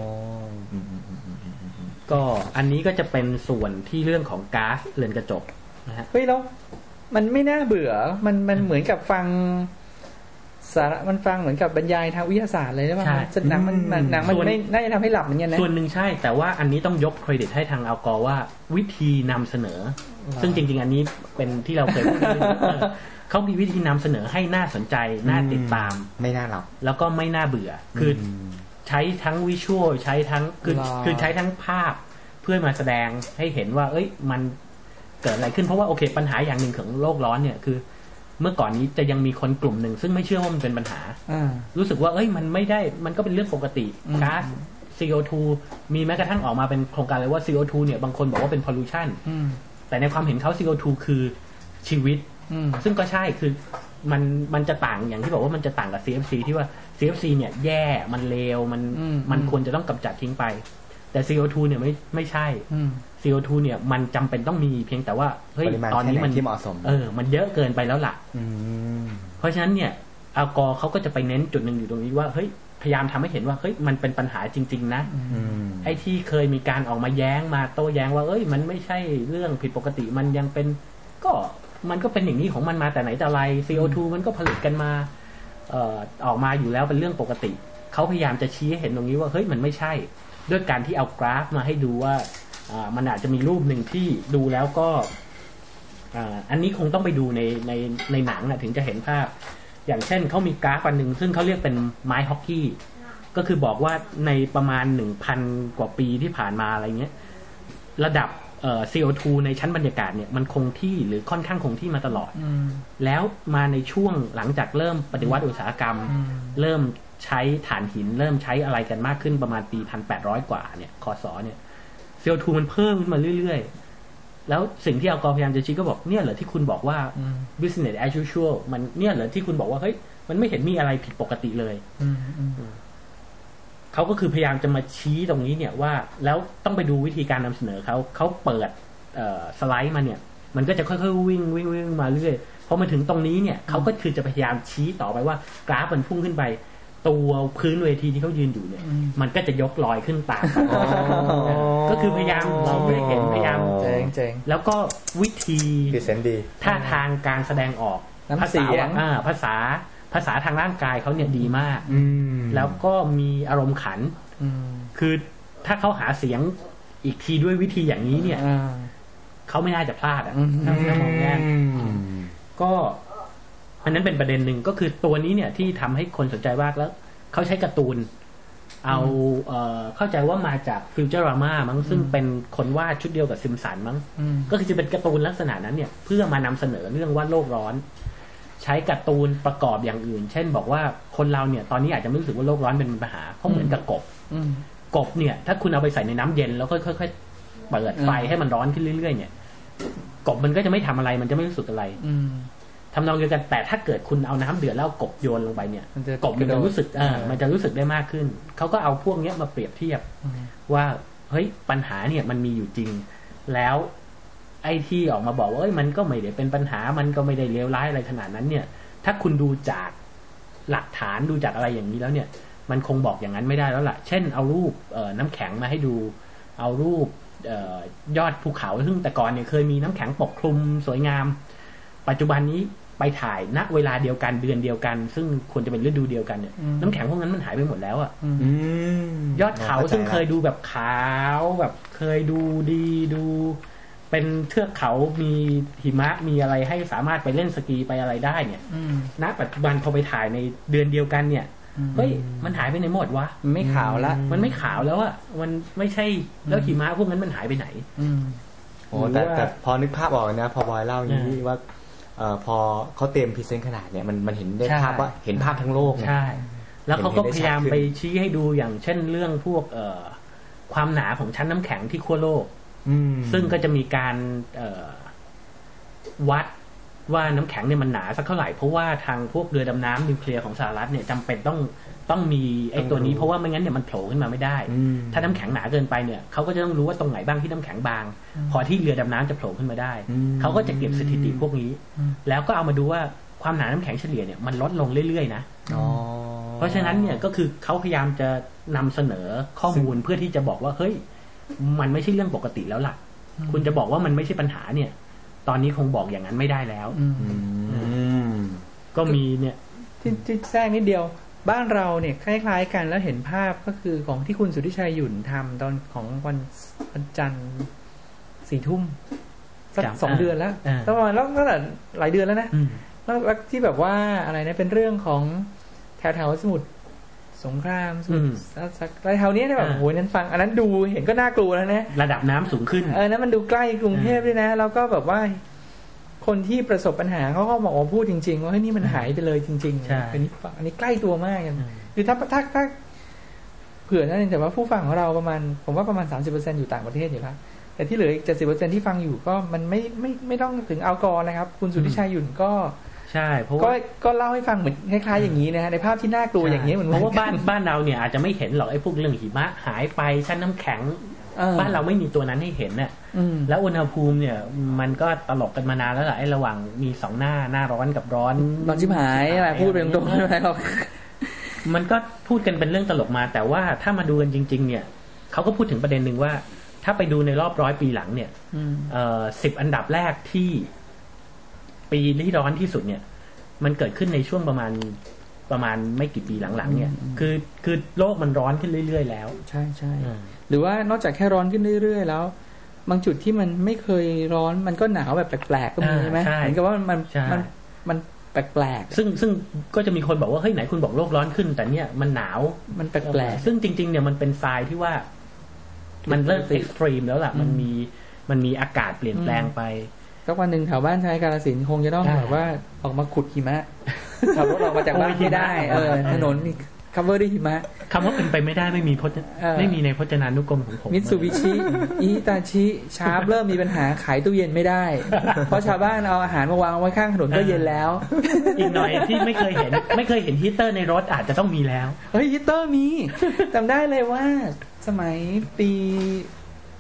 S3: ๆก็อันนี้ก็จะเป็นส่วนที่เรื่องของก๊าซเรือนกระจกนะฮะ
S2: เฮ้ยแล้วมันไม่น่าเบื่อมันมันเหมือนกับฟังสาระมันฟังเหมือนกับบรรยายทางวิทยาศาสตร์เลยใช่ไหมหนังมันหนังมันไม่น่าจะทำให้หลับเหมือนกันนะ
S3: ส่วนหนึ่งใช่แต่ว่าอันนี้ต้องยกเครดิตให้ทางอัลกอว่าวิธีนำเสนอซึ่งจริงๆอันนี้เป็นที่เราเคยพูดเขามีวิธีนำเสนอให้น่าสนใจน่าติดตาม
S4: ไม่น่าหลับ
S3: แล้วก็ไม่น่าเบื่อคือใช้ทั้งวิชวลใช้ทั้งคือคือใช้ทั้งภาพเพื่อมาแสดงให้เห็นว่าเอ้ยมันเกิดอะไรขึ้นเพราะว่าโอเคปัญหาอย่างหนึ่งของโลกร้อนเนี่ยคือเมื่อก่อนนี้จะยังมีคนกลุ่มหนึ่งซึ่งไม่เชื่อว่ามันเป็นปัญหารู้สึกว่าเอ้ยมันไม่ได้มันก็เป็นเรื่องปกติก๊าซ ซี โอ ทู มีแม้กระทั่งออกมาเป็นโครงการเลยว่า ซี โอ ทู เนี่ยบางคนบอกว่าเป็น pollution แต่ในความเห็นเขา ซี โอ ทู คือชีวิตซึ่งก็ใช่คือมันมันจะต่างอย่างที่บอกว่ามันจะต่างกับ ซี เอฟ ซี ที่ว่า ซี เอฟ ซี เนี่ยแย่มันเลวมันมันควรจะต้องกำจัดทิ้งไปแต่ ซี โอ ทู เนี่ยไม่ไม่ใช่ ซี โอ ทู เนี่ยมันจำเป็นต้องมีเพียงแต่ว่าเฮ้ยตอนนี้มันเออมันเยอะเกินไปแล้วล่ะเพราะฉะนั้นเนี่ยอัลกอร์เขาก็จะไปเน้นจุดหนึ่งอยู่ตรงนี้ว่าเฮ้ยพยายามทำให้เห็นว่าเฮ้ยมันเป็นปัญหาจริงๆนะไอ้ที่เคยมีการออกมาแย้งมาโต้แย้งว่าเอ้ยมันไม่ใช่เรื่องผิดปกติมันยังเป็นก็มันก็เป็นอย่างนี้ของมันมาแต่ไหนแต่ไร ซี โอ ทู มันก็ผลิตกันมาเอ่อออกมาอยู่แล้วเป็นเรื่องปกติเขาพยายามจะชี้ให้เห็นตรงนี้ว่าเฮ้ยมันไม่ใช่ด้วยการที่เอากราฟมาให้ดูว่าอ่ามันอาจจะมีรูปหนึ่งที่ดูแล้วก็อ่าอันนี้คงต้องไปดูในในในหนังนะถึงจะเห็นภาพอย่างเช่นเขามีกราฟอันหนึ่งซึ่งเขาเรียกเป็นไม้ฮอกกี้ก็คือบอกว่าในประมาณ หนึ่งพัน กว่าปีที่ผ่านมาอะไรเงี้ยระดับเอ่อ ซี โอ ทู ในชั้นบรรยากาศเนี่ยมันคงที่หรือค่อนข้างคงที่มาตลอดแล้วมาในช่วงหลังจากเริ่มปฏิวัติอุตสาหกรรมเริ่มใช้ถ่านหินเริ่มใช้อะไรกันมากขึ้นประมาณปี หนึ่งพันแปดร้อย กว่าเนี่ยคศเนี่ย ซี โอ ทู มันเพิ่มขึ้นมาเรื่อยๆแล้วสิ่งที่อัลกอร์พยายามจะชี้ก็บอกเนี่ยเหรอที่คุณบอกว่า business as usual มันเนี่ยเหรอที่คุณบอกว่าเฮ้ยมันไม่เห็นมีอะไรผิดปกติเลยเขาก็คือพยายามจะมาชี้ตรงนี้เนี่ยว่าแล้วต้องไปดูวิธีการนำเสนอเขาเขาเปิดสไลด์มาเนี่ยมันก็จะค่อยๆวิ่งวิ่งวิ่งมาเรื่อยพอมาถึงตรงนี้เนี่ยเขาก็คือจะพยายามชี้ต่อไปว่ากราฟมันพุ่งขึ้นไปตัวพื้นเวทีที่เขายืนอยู่เนี่ยมันก็จะยกลอยขึ้นตามก็คือพยายามเราไม่เห็นพยายาม
S2: เจ๋งเจ๋ง
S3: แล้วก็วิธีท่าทางการแสดงออก
S2: ภาษา
S3: อ่าภาษาภาษาทางร่างกายเขาเนี่ยดีมากแล้วก็มีอารมณ์ขันคือถ้าเขาหาเสียงอีกทีด้วยวิธีอย่างนี้เนี่ยเขาไม่น่าจะพลาดอ่ะถ้ามองแง่ก็อันนั้นเป็นประเด็นหนึ่งก็คือตัวนี้เนี่ยที่ทำให้คนสนใจมากแล้วเขาใช้การ์ตูนเอาเอ่อเข้าใจว่ามาจากฟิวเจอร์รามามั้งซึ่งเป็นคนวาดชุดเดียวกับซิมสันมั้งก็คือจะเป็นการ์ตูนลักษณะนั้นเนี่ยเพื่อมานำเสนอเรื่องว่าโลกร้อนใช้การ์ตูนประกอบอย่างอื่นเช่นบอกว่าคนเราเนี่ยตอนนี้อาจจะไม่รู้สึกว่าโลกร้อนเป็นปัญหาเพราะเหมือนกับกบกบเนี่ยถ้าคุณเอาไปใส่ในน้ำเย็นแล้วค่อยๆเปิดไฟให้มันร้อนขึ้นเรื่อยๆเนี่ยกบมันก็จะไม่ทำอะไรมันจะไม่รู้สึกอะไรทำนองเดียวกันแต่ถ้าเกิดคุณเอาน้ำเดือดแล้วกบโยนลงไปเนี่ยกบมันจะรู้สึกอ่ามันจะรู้สึกได้มากขึ้นเขาก็เอาพวกนี้มาเปรียบเทียบว่าเฮ้ยปัญหาเนี่ยมันมีอยู่จริงแล้วไอ้ที่ออกมาบอกว่าเอ้ยมันก็ไม่ได้เป็นปัญหามันก็ไม่ได้เลวร้ายอะไรขนาดนั้นเนี่ยถ้าคุณดูจากหลักฐานดูจากอะไรอย่างนี้แล้วเนี่ยมันคงบอกอย่างนั้นไม่ได้แล้วล่ะเช่นเอารูปเอ่อน้ำแข็งมาให้ดูเอารูปเอ่อยอดภูเขาซึ่งแต่ก่อนเนี่ยเคยมีน้ำแข็งปกคลุมสวยงามปัจจุบันนี้ไปถ่ายณเวลาเดียวกันเดือนเดียวกันซึ่งควรจะเป็นฤดูเดียวกันเนี่ยน้ำแข็งพวกนั้นมันหายไปหมดแล้วอ่ะยอดเขาซึ่งเคยดูแบบขาวแบบเคยดูดีดูเป็นเทือกเขามีหิมะมีอะไรให้สามารถไปเล่นสกีไปอะไรได้เนี่ยณปัจจุบันพอไปถ่ายในเดือนเดียวกันเนี่ยเฮ้ยมันหายไปไหนหมดวะ
S2: ไม่ขาวละ
S3: มันไม่ขาวแล้วอ่ะมันไม่ใช่แล้วหิมะพวกนั้นมันหายไปไหน
S4: โอ้แต่แต่พอนึกภาพออกนะพอบอยเล่าอย่างนี้ว่าเอ่อพอเขาเต็มพรีเซนต์ขนาดเนี่ยมันมันเห็นได้ภาพว่าเห็นภาพทั้งโลก
S3: ใช่แล้วเขาก็พยายามไปชี้ให้ดูอย่างเช่นเรื่องพวกเอ่อความหนาของชั้นน้ำแข็งที่ขั้วโลกซึ่งก็จะมีการเอ่อวัดว่าน้ำแข็งเนี่ยมันหนาสักเท่าไหร่เพราะว่าทางพวกเรือดำน้ำนิวเคลียร์ของสหรัฐเนี่ยจำเป็นต้องต้องมีไอ้ตัวนี้เพราะว่าไม่งั้นเนี่ยมันโผล่ขึ้นมาไม่ได้ถ้าน้ำแข็งหนาเกินไปเนี่ยเขาก็จะต้องรู้ว่าตรงไหนบ้างที่น้ำแข็งบางพอที่เรือดำน้ำจะโผล่ขึ้นมาได้เขาก็จะเก็บสถิติพวกนี้แล้วก็เอามาดูว่าความหนาน้ำแข็งเฉลี่ยเนี่ยมันลดลงเรื่อยๆนะเพราะฉะนั้นเนี่ยก็คือเขาพยายามจะนำเสนอข้อมูลเพื่อที่จะบอกว่าเฮ้ยมันไม่ใช่เรื่องปกติแล้วล่ะคุณจะบอกว่ามันไม่ใช่ปัญหาเนี่ยตอนนี้คงบอกอย่างนั้นไม่ได้แล้วก็มีเนี่ย
S2: ที่แทรกนิดเดียวบ้านเราเนี่ยคล้ายๆกันแล้วเห็นภาพก็คือของที่คุณสุทธิชัยหยุ่นทำตอนของวันวันจันทร์สี่ทุ่มสักสองเดือนแล้วประมาณแล้วตั้งแต่หลายเดือนแล้วนะแล้วที่แบบว่าอะไรนะเป็นเรื่องของแถวๆสมุทรสงครามสมุทรสักแถวๆนี้เนี่ยแบบโอ้ยนั้นฟังอันนั้นดูเห็นก็น่ากลัวแล้วนะ
S3: ระดับน้ำสูงขึ้น
S2: เออนั้นมันดูใกล้กรุงเทพด้วยนะแล้วก็แบบว่าคนที่ประสบปัญหาเขาก็บอกว่าพูดจริงๆว่าเฮ้ยนี่มันหายไปเลยจริงๆอันนี้อันนี้ใกล้ตัวมากกันคือถ้าถ้าถ้าเผื่อนั่นเองแต่ว่าผู้ฟังของเราประมาณผมว่าประมาณ สามสิบเปอร์เซ็นต์ อยู่ต่างประเทศอยู่แล้วแต่ที่เหลืออีก เจ็ดสิบเปอร์เซ็นต์ ที่ฟังอยู่ก็มันไม่ไม่ไม่ต้องถึงอัลกอร์นะครับคุณสุทธิชัยหยุ่นก็
S3: ใช่เพราะ
S2: ก็ก็เล่าให้ฟังเหมือนคล้ายๆอย่างนี้นะฮะในภาพที่น่ากลัวอย่างนี้เหมือน
S3: เพราะว่าบ้านบ้านเราเนี่ยอาจจะไม่เห็นหรอกไอ้พวกเรื่องหิมะหายไปชั้นน้ำแข็งบ้านเราไม่มีตัวนั้นให้เห็นน่ะแล้วอุณหภูมิเนี่ยมันก็ตลกกันมานานแล้วแหละไอ้ระหว่างมีสองหน้าหน้าร้อนกับร้อน
S2: ร้อนชิบหายอะไรพูดเป็นตรงๆไม่ได้หรอก
S3: มันก็พูดกันเป็นเรื่องตลกมาแต่ว่าถ้ามาดูกันจริงๆเนี่ยเขาก็พูดถึงประเด็นหนึ่งว่าถ้าไปดูในรอบร้อยปีหลังเนี่ยเอ่อสิบอันดับแรกที่ปีที่ร้อนที่สุดเนี่ยมันเกิดขึ้นในช่วงประมาณประมาณไม่กี่ปีหลังๆเนี่ยคือคือโลกมันร้อนขึ้นเรื่อยๆแล้ว
S2: ใช่ใช่หรือว่านอกจากแค่ร้อนขึ้นเรื่อยๆแล้วบางจุดที่มันไม่เคยร้อนมันก็หนาวแบบแปลกๆก็มีใช่ไหมเหมือนกับว่ามันมันมันแปลก
S3: ๆซึ่งซึ่งก็จะมีคนบอกว่าเฮ้ยไหนคุณบอกโลกร้อนขึ้นแต่เนี่ยมันหนาว
S2: มันแปลก
S3: ๆซึ่งจริงๆเนี่ยมันเป็นทรายที่ว่ามันเริ่มเอ็กซ์ตรีมแล้วล่ะมันมีมันมีอากาศเปลี่ยนแปลงไป
S2: สักวันหนึ่งแถวบ้านชายกาฬสินธุ์คงจะต้องแบบว่าออกมาขุดหิมะขับรถออกมาจากบ้านไม่ได้เออถนนมีคัฟเวอร์ด้วยหิมะ
S3: คำว่าเป็นไปไม่ได้ไม่มีพจน์ไม่มีในพจนานุกรมของผม
S2: มิตซูบิชิอิตาชิชาร์ปเริ่มมีปัญหาขายตู้เย็นไม่ได้เพราะชาวบ้านเอาอาหารมาวางไว้ข้างถนนก็เย็นแล้ว
S3: อีกหน่อยที่ไม่เคยเห็นไม่เคยเห็นฮีตเตอร์ในรถอาจจะต้องมีแล้ว
S2: เฮ้ยฮีตเตอร์มีจำได้เลยว่าสมัยปี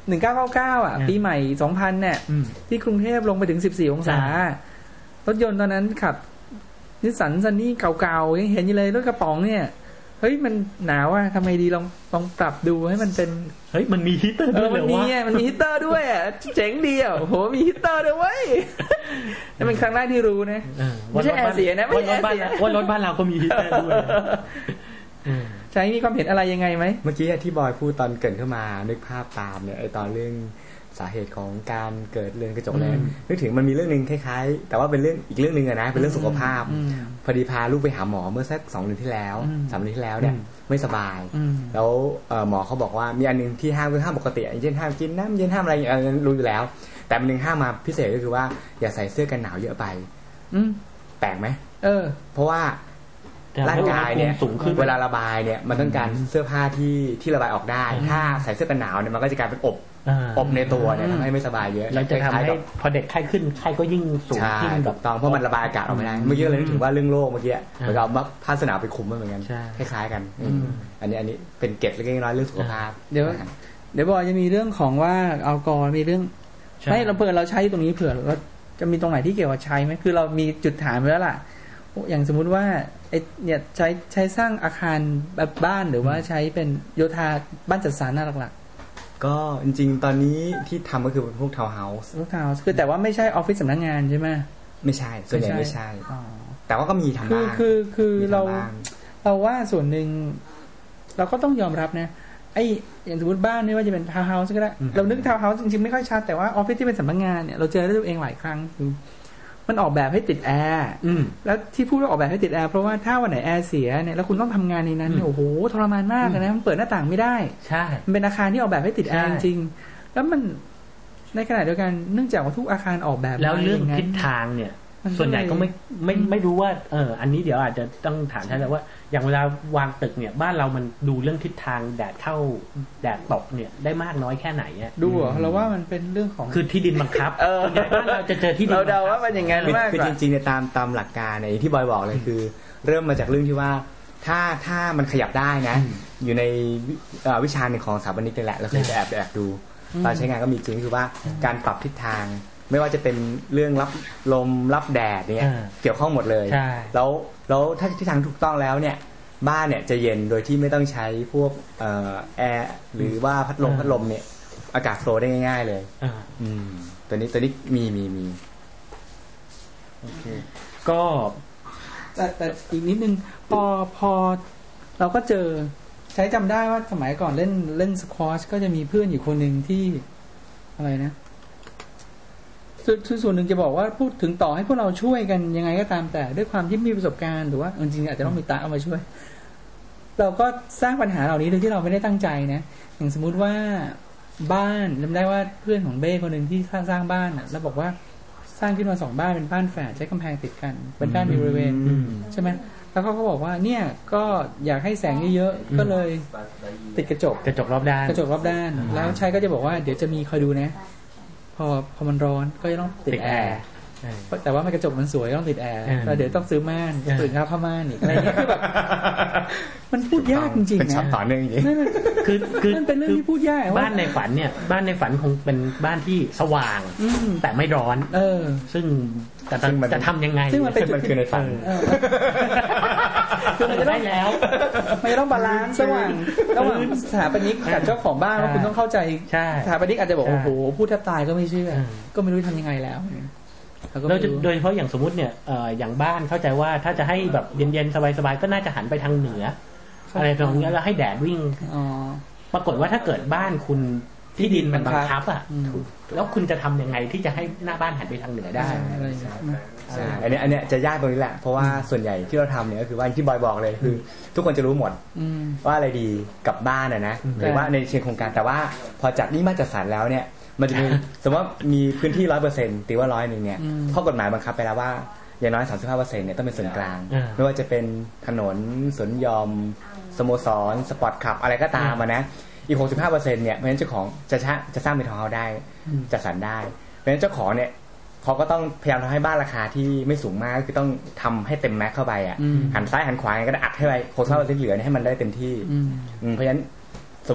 S2: หนึ่งเก้าเก้าเก้าอ่ะปีใหม่สองพันเนี่ยที่กรุงเทพลงไปถึงสิบสี่องศารถยนต์ตอนนั้นขับนิสสันซันนี่เก่าๆยังเห็นอยู่เลยรถกระป๋องเนี่ยเฮ้ยมันหนาวอ่ะทำไมดีลองลองปรับดูให้มันเป็น
S3: เฮ้ยมันมีฮีเตอร์ด้วยเหรอวะมันมี
S2: มันมีฮีเตอร์ด้วยอ่ะเจ๋งดีอ่ะโอ้โหมีฮีเตอร์ด้วยเว้ยนั่นเป็นครั้งแรกที่รู้นะไม่ใช่แอร์เสียนะไม่ใช่แอร์เสีย
S3: ว่ารถบ้านเราก็มีฮีเตอร์ด้วย
S2: ใช่มีความเห็นอะไรยังไงไหม
S4: เมื่อกี้ที่บอยพูดตอนเกิดขึ้นมานึกภาพตามเนี่ยไอตอนเรื่องสาเหตุของการเกิดเรือนกระจกแรงนึกถึงมันมีเรื่องนึงคล้ายๆแต่ว่าเป็นเรื่องอีกเรื่องนึงอะนะเป็นเรื่องสุขภาพพอดีพาลูกไปหาหมอเมื่อสักสองเดือนที่แล้วสามเดือนที่แล้วเนี่ยไม่สบายแล้วหมอเขาบอกว่ามีอันนึงที่ห้ามคือห้ามปกติอย่างเช่นห้ามกินน้ำเย็นห้ามอะไรอย่างเงี้ยรู้อยู่แล้วแต่อันนึงห้ามมาพิเศษก็คือว่าอย่าใส่เสื้อกันหนาวเยอะไปแปลกไหมเออเพราะว่าร่างกายเนี่ยเวลาระบายเนี่ยมันต้องการเสื้อผ้าที่ที่ระบายออกได้ถ้าใส่เสื้อกันหนาวเนี่ยมันก็จะกลายเป็นอบอบในตัวเนี่ยทำให้ไม่สบายเยอะ
S3: แล้วจะทำให้พอเด็กไข้ขึ้นไข้ก็ยิ่งสูงขึ้น
S4: แบบตอนเพราะมันระบายอากาศออกไม่ได้เมื่อกี้เลยนึกถึงว่าเรื่องโรคเมื่อกี้เหมือนกับเอาผ้าสนามไปคุมมันเหมือนกันคล้ายๆกันอันนี้อันนี้เป็นเกร็ดเล็กน้อยเรื่องสุขภาพ
S2: เดี๋ยวเดี๋ยวบอกจะมีเรื่องของว่าแอลกอฮอล์มีเรื่องไม่เราเผื่อเราใช้ตรงนี้เผื่อเราจะมีตรงไหนที่เกี่ยวกับใช้ไหมคือเรามีจุดฐานไว้แล้วล่ะอย่างสมมุติว่าไอเนี่ยใช้ใช้สร้างอาคารแบบบ้านหรือว่าใช้เป็นโยธาบ้านจัดสรรน่าหลัก
S4: ๆก็จริงๆตอนนี้ที่ทำก็คือพวกทาวน์เฮาส์
S2: พวกทาวน์เฮาส์คือแต่ว่าไม่ใช่ออฟฟิศสำนักงานใช่ไหม
S4: ไม่ใช่ส่วนใหญ่ไม่ใช่แต่ว่าก็มีทำบ้าง
S2: คือคือเราเราว่าส่วนหนึ่งเราก็ต้องยอมรับนะไออย่างสมมติบ้านไม่ว่าจะเป็นทาวน์เฮาส์ก็ได้เรานึกทาวน์เฮาส์จริงๆไม่ค่อยชัดแต่ว่าออฟฟิศที่เป็นสำนักงานเนี่ยเราเจอได้ตัวเองหลายครั้งมันออกแบบให้ติดแอร์แล้วที่พูดว่าออกแบบให้ติดแอร์เพราะว่าถ้าวันไหนแอร์เสียเนี่ยแล้วคุณต้องทำงานในนั้นโอ้โหทรมานมากเลยนะมันเปิดหน้าต่างไม่ได้
S3: ใช่
S2: มันเป็นอาคารที่ออกแบบให้ติดแอร์จริงแล้วมันในขณะเดียวกันเนื่องจากว่าทุกอาคารออกแบบ
S3: แล้วเรื่องทิศทางเนี่ยส่วนใหญ่ก็ไม่ไม่ไม่รู้ว่าเอออันนี้เดี๋ยวอาจจะต้องถามท่านแล้วว่าอย่างเวลาวางตึกเนี่ยบ้านเรามันดูเรื่องทิศทางแดดเข้าแดดตกเนี่ยได้มากน้อยแค่ไหนอ่ะ
S2: ดูเหรอเราว่ามันเป็นเรื่องของ
S3: คือที่ดินบังคับส่วนใหญ่บ้านเราจะเจอที่ดิน
S2: เราเดาว่ามันอย่างงั้นมาก
S4: คือจริงๆในตามตามหลักการในที่บอยบอกเลยคือเริ่มมาจากเรื่องที่ว่าถ้าถ้ามันขยับได้นะอยู่ในวิชาหนึ่งของสถาปนิกนี่แหละเราเคยไปแอบแอบดูตอนใช้งานก็มีจริงคือว่าการปรับทิศทางไม่ว่าจะเป็นเรื่องรับลมรับแดดเนี่ยเกี่ยวข้องหมดเลยแล้วแล้วถ้าทิศทางถูกต้องแล้วเนี่ยบ้านเนี่ยจะเย็นโดยที่ไม่ต้องใช้พวกแอร์หรือว่าพัดลมพัดลมเนี่ยอากาศโฟลว์ได้ง่ายๆเลยอืมตัวนี้ตัวนี้มีมีมี
S2: โอเคก็แต่แต่อีกนิดนึงพอพอเราก็เจอใช้จำได้ว่าสมัยก่อนเล่นเล่นสควอชก็จะมีเพื่อนอยู่คนหนึ่งที่อะไรนะส่วนหนึ่งจะบอกว่าพูดถึงต่อให้พวกเราช่วยกันยังไงก็ตามแต่ด้วยความที่มีประสบการณ์หรือว่าจริงๆอาจจะต้องมีตาเอามาช่วยเราก็สร้างปัญหาเหล่านี้โดยที่เราไม่ได้ตั้งใจนะอย่างสมมุติว่าบ้านจำได้ว่าเพื่อนของเบ้คนหนึ่งที่สร้างสร้างบ้านอ่ะแล้วบอกว่าสร้างขึ้นมาสองบ้านเป็นบ้านแฝดใช้กำแพงติดกันเป็นด้านบริเวณใช่ไหมแล้วเขาก็บอกว่าเนี่ยก็อยากให้แสงเยอะๆก็เลยติดกระจก
S3: กระจกรอบด้าน
S2: กระจกรอบด้านแล้วใช้ก็จะบอกว่าเดี๋ยวจะมีคอยดูนะพอพอมันร้อนก็จะต้องติดแอร์แต่ว่ามันกระจกมันสวยต้องติดแอร์แล้วเดี๋ยวต้องซื้อม่านตื่นข้าวผ้าม่านอีกอะไรเงี้ยคือแบบมันพูดยากจริงๆนะเป็น
S4: ช็อตต่อเนื่องอย่างนี้
S2: คือคือมันเป็นเรื่องที่พูดยาก
S3: บ้านในฝันเนี่ยบ้านในฝันคงเป็นบ้านที่สว่างแต่ไม่ร้อน
S2: เออ
S3: ซึ่งจะจะทำยังไง
S2: ซึ่งมันเป็น
S4: มันคือในฝัน
S2: คือมันจะได้แล้วมันจะต้องบาลานซ์ระหว่างระหว่างสถาปนิกกับเจ้าของบ้านว่าคุณต้องเข้าใจสถาปนิกอาจจะบอกโอ้โหพูดแทบตายก็ไม่เชื่อก็ไม่รู้ทำยังไงแล้ว
S3: เราจะโดยเฉพาะอย่างสมมติเนี่ยอย่างบ้านเข้าใจว่าถ้าจะให้แบบเย็นๆสบายๆก็น่าจะหันไปทางเหนืออะไรตรงนี้แล้วให้แดดวิ่งปรากฏว่าถ้าเกิดบ้านคุณที่ดินมันบังคับอ่ะแล้วคุณจะทำยังไงที่จะให้หน้าบ้านหันไปทางเหนือได้
S4: ใช่อันนี้อันนี้จะยากตรงนี้แหละเพราะว่าส่วนใหญ่ที่เราทำเนี่ยก็คือว่าที่บอยบอกเลยคือทุกคนจะรู้หมดว่าอะไรดีกับบ้านอ่ะนะหรือว่าในเชิงโครงการแต่ว่าพอจากนี้มาจัดสรรแล้วเนี่ยมันจะมีสมมติว่ามีพื้นที่ร้อยเปอร์เซ็นต์ตีว่าร้อยหนึ่งเนี่ยข้อกฎหมายบังคับไปแล้วว่าอย่างน้อยสามสิบห้าเปอร์เซ็นต์เนี่ยต้องเป็นส่วนกลางไม่ว่าจะเป็นถนนสวนยอมสโมสรสปอร์ตคลับอะไรก็ตามมานะอีกหกสิบห้าเปอร์เซ็นต์เนี่ยเพราะฉะนั้นเจ้าของจะจะสร้างเป็นทาวน์เฮาส์ได้จัดสรรได้เพราะฉะนั้นเจ้าของเนี่ยเขาก็ต้องพยายามทำให้บ้านราคาที่ไม่สูงมากคือต้องทำให้เต็มแม็กเข้าไปอ่ะหันซ้ายหันขวาก็ได้อัดให้ไปหกสิบห้าเปอร์เซ็นต์เหลือให้มันได้เต็มที่เพราะฉะนั้นสมมติว่า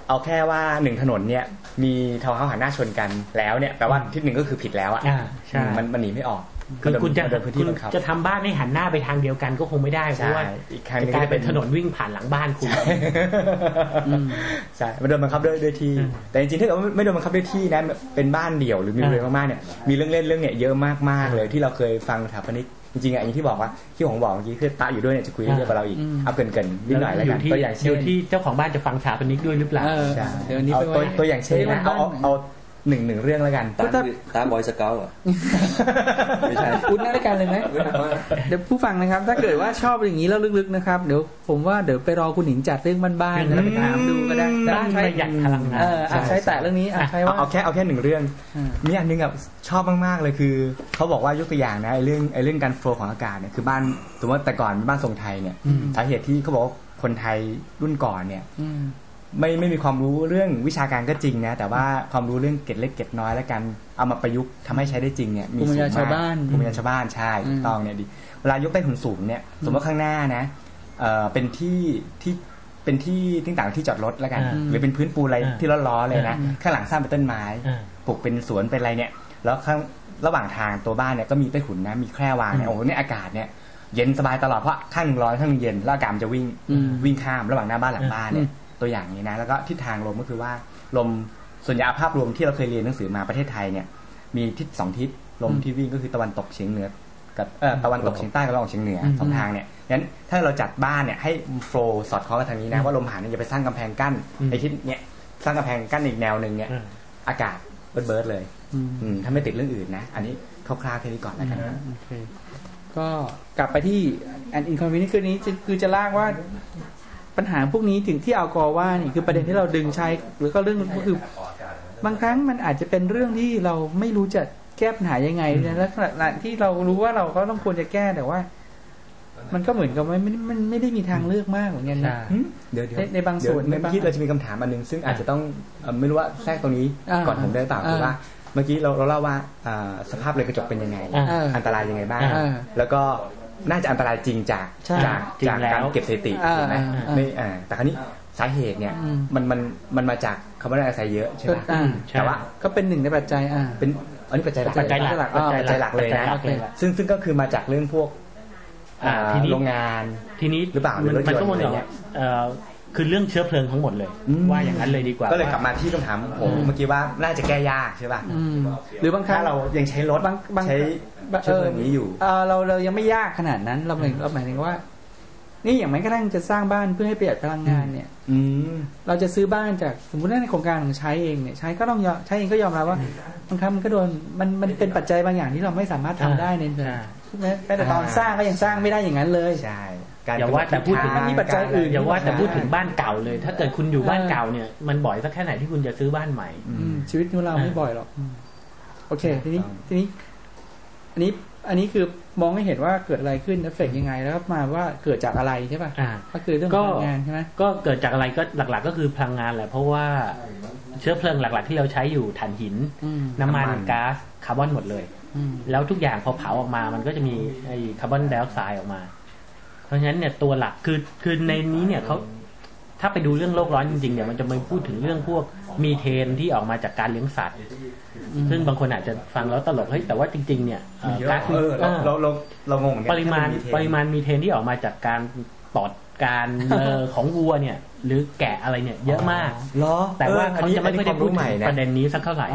S4: เอาแค่ว่าหนึ่งถนนเนี่ยมีทาวน์เฮาส์หันหน้าชนกันแล้วเนี่ยแปลว่าทิศหนึ่งก็คือผิดแล้วอ่ะมันมันหนีไม่ออก
S3: คือคุณจะคุณจะทำบ้านให้หันหน้าไปทางเดียวกันก็คงไม่ได้เพราะว่า
S4: อีกครั้งนึง
S3: จะเป็นถนนวิ่งผ่านหลังบ้านคุณ
S4: ใช่มันโดนบังคับด้วยด้วยที่แต่จริงๆถ้าเกิดไม่โดนบังคับด้วยที่นะเป็นบ้านเดี่ยวหรือมีเรือนมากๆเนี่ยมีเรื่องเล่นเรื่องเนี่ยเยอะมากๆเลยที่เราเคยฟังสถาปนิกจริงๆอ่ะอย่างที่บอกว่าที่ผมบอกเมื่อกี้คือตาอยู่ด้วยเนี่ยจะคุยเรื่องกับเราอีกเอาเกินเกินนิดหน่อยแล้วกันตัวอย่างเช่น
S3: ที่เจ้าของบ้านจะฟังสถาปนิกด้วยหรือเปล่า
S4: เดี๋ยวนี้ตัวตัวอย่างเช่นนะเอาเอาหนึ่งหนึ่งเรื่องแล้วกัน
S5: ตามตามบอยสเกลอ่ะ
S2: ไม่ใช่พูดหน้ารายการเลยไหมเดี๋ยวผู้ฟังนะครับถ้าเกิดว่าชอบอย่างนี้แล้วลึกๆนะครับเดี๋ยวผมว่าเดี๋ยวไปรอคุณหนิงจัดเรื่องบ้านๆแล้วไปถามดูก็ได้
S3: บ้านประหยัดพลังงาน
S2: ใช้แต่เรื่องนี้ใช้ว่า
S4: เอาแค่เอาแค่หนึ่งเรื่องมีอันนึงอ่ะชอบมากๆเลยคือเขาบอกว่ายกตัวอย่างนะไอ้เรื่องไอ้เรื่องการโฟล์ของอากาศเนี่ยคือบ้านสมมติแต่ก่อนบ้านทรงไทยเนี่ยสาเหตุที่เขาบอกว่าคนไทยรุ่นก่อนเนี่ยไม่ไม่มีความรู้เรื่องวิชาการก็จริงนะแต่ว่าความรู้เรื่องเกร็ดเล็กเกร็ดน้อยแล้วกันเอามาประยุกต์ทำให้ใช้ได้จริงเนี่ย
S2: มีสูงมากภูมิปัญญาชาวบ้าน
S4: ภูมิปัญญาชาวบ้านใช่ถูกต้องเนี่ยดีเวลายกใต้ถุนสูงเนี่ยสมมติข้างหน้านะเอ่อเป็นที่ที่เป็นที่ที่ต่างที่จอดรถแล้วกันหรือเป็นพื้นปูนอะไรที่ล้อๆเลยนะข้างหลังสร้างเป็นต้นไม้ปลูกเป็นสวนเป็นอะไรเนี่ยแล้วข้างระหว่างทางตัวบ้านเนี่ยก็มีใต้ถุนนะมีแคร่วางเนี่ยโอ้โหเนี่ยอากาศเนี่ยเย็นสบายตลอดเพราะข้างหนึ่งร้อนข้างหนึ่งเย็นแล้วอากาศจะวิ่งวิ่งข้ามระหว่างหน้าบ้านหลังบ้านเนี่ยตัวอย่างนี้นะแล้วก็ทิศทางลมก็คือว่าลมส่วนใหญ่ภาพรวมที่เราเคยเรียนหนังสือมาประเทศไทยเนี่ยมีทิศสองทิศลมที่วิ่งก็คือตะวันตกเฉียงเหนือกับเอ่อตะวันตกเฉียงใต้กับตะวันออกเฉียงเหนือสองทางเนี่ยงั้นถ้าเราจัดบ้านเนี่ยให้โฟล์สอดคล้องกับทางนี้นะว่าลมผ่านเนี่ยจะไปสร้างกำแพงกั้นในทิศเนี่ยสร้างกำแพงกั้นอีกแนวนึงเนี่ยอากาศเบิร์ดเบิร์ดเลยถ้าไม่ติดเรื่องอื่นนะอันนี้คร่าวๆแค่นี้ก่อนแล้วกัน
S2: ก็กลับไปที่อันอินคอนเวนิยนต์คือนี้คือจะลากว่าปัญหาพวกนี้ถึงที่อัลกอร์ว่านี่คือประเด็นที่เราดึงใช้หรือก็เรื่องก็คือบางครั้งมันอาจจะเป็นเรื่องที่เราไม่รู้จะแก้ปัญหายังไงและขณะที่เรารู้ว่าเราก็ต้องควรจะแก้แต่ว่ามันก็เหมือนกับไม่มันไม่ได้มีทางเลือกมากเหมือนกันนะ
S4: เดี๋ยว
S2: ในบางส่วน
S4: ในบางที่เราจะมีคำถามอันนึงซึ่งอาจจะต้องไม่รู้ว่าแทรกตรงนี้ก่อนผมได้เปล่าคือว่าเมื่อกี้เราเราเล่าว่าสภาพเรือนกระจกเป็นยังไงอันตรายยังไงบ้างแล้วก็น่าจะอันตรายจริงจากจากจากการเก็บสถิติถูกไหมไม่แต่คราวนี้สาเหตุเนี่ยมันมันมันมาจากคาร์บอนไดออกไซด์เยอะใช่ไหมแต่ว่า
S2: ก็เป็นหนึ่งในปัจจัยอ่า
S4: เป็นอันนี้ปัจจัยหลัก
S3: ปัจจัยหลัก
S4: ปัจจัยหลักเลยนะซึ่งซึ่งก็คือมาจากเรื่องพวกโรงงาน
S3: ทีนี้
S4: หรือเปล่าหรือรถยนต์อะไรเงี้ย
S3: คือเรื่องเชื้อเพลิงทั้งหมดเลยว่าอย่างนั้นเลยดีกว่า
S4: ก็เลยกลับมาที่คำถามผมเมื่อกี้ว่าน่าจะแก้ยากใช่ป่ะ
S2: หรือบางครั้ง
S4: เรายังใช้รถใช้เชื้อเพลิงนี้อยู่
S2: เราเรายังไม่ยากขนาดนั้นเราหมายเราหมายถึงว่านี่อย่างแม้กระทั่งจะสร้างบ้านเพื่อให้ประหยัดพลังงานเนี่ยเราจะซื้อบ้านจากสมมติในโครงการของใช้เองเนี่ยใช้ก็ต้องใช้เองก็ยอมรับว่าบางครั้งมันก็โดนมันมันเป็นปัจจัยบางอย่างที่เราไม่สามารถทำได้ในใช่ไหมแต่ตอนสร้างก็ยังสร้างไม่ได้อย่างนั้นเลย
S4: ใช่
S3: อย่าว่าแต่พูดถึง
S2: มีปัจจัยอื่น
S3: อย่าว่าแต่พูดถึงบ้านเก่าเลยถ้าเกิดคุณอยู่บ้านเก่าเนี่ยมันบ่อยสักแค่ไหนที่คุณจะซื้อบ้านใหม่
S2: ชีวิตของเราไม่บ่อยหรอกโอเคทีนี้ทีนี้อันนี้อันนี้คือมองให้เห็นว่าเกิดอะไรขึ้นเอฟเฟกต์ยังไงแล้วมาว่าเกิดจากอะไรใช่ป่ะก็คือเรื่องพลังงานใช่ไหม
S3: ก็เกิดจากอะไรก็หลักๆก็คือพลังงานแหละเพราะว่าเชื้อเพลิงหลักๆที่เราใช้อยู่ถ่านหินน้ำมันก๊าซคาร์บอนหมดเลยแล้วทุกอย่างพอเผาออกมามันก็จะมีไอ้คาร์บอนไดออกไซด์ออกมาเพราะฉะนั้นเนี่ยตัวหลักคือคือในนี้เนี่ยเขาถ้าไปดูเรื่องโลกร้อนจริงๆเนี่ยมันจะไม่พูดถึงเรื่องพวกมีเทนที่ออกมาจากการเลี้ยงสัตว์ซึ่งบางคนอาจจะฟังแล้วตลกเฮ้ยแต่ว่าจริงๆเนี่ย
S4: การเราเราเราเรางง
S3: ปริมาณปริมาณมีเทนที่ออกมาจากการปอดการของวัวเนี่ยหรือแกะอะไรเนี่ยเยอะมากแต่ว่าเขาจะไม่ได้พูดถึงประเด็นนี้สักเท่าไหร่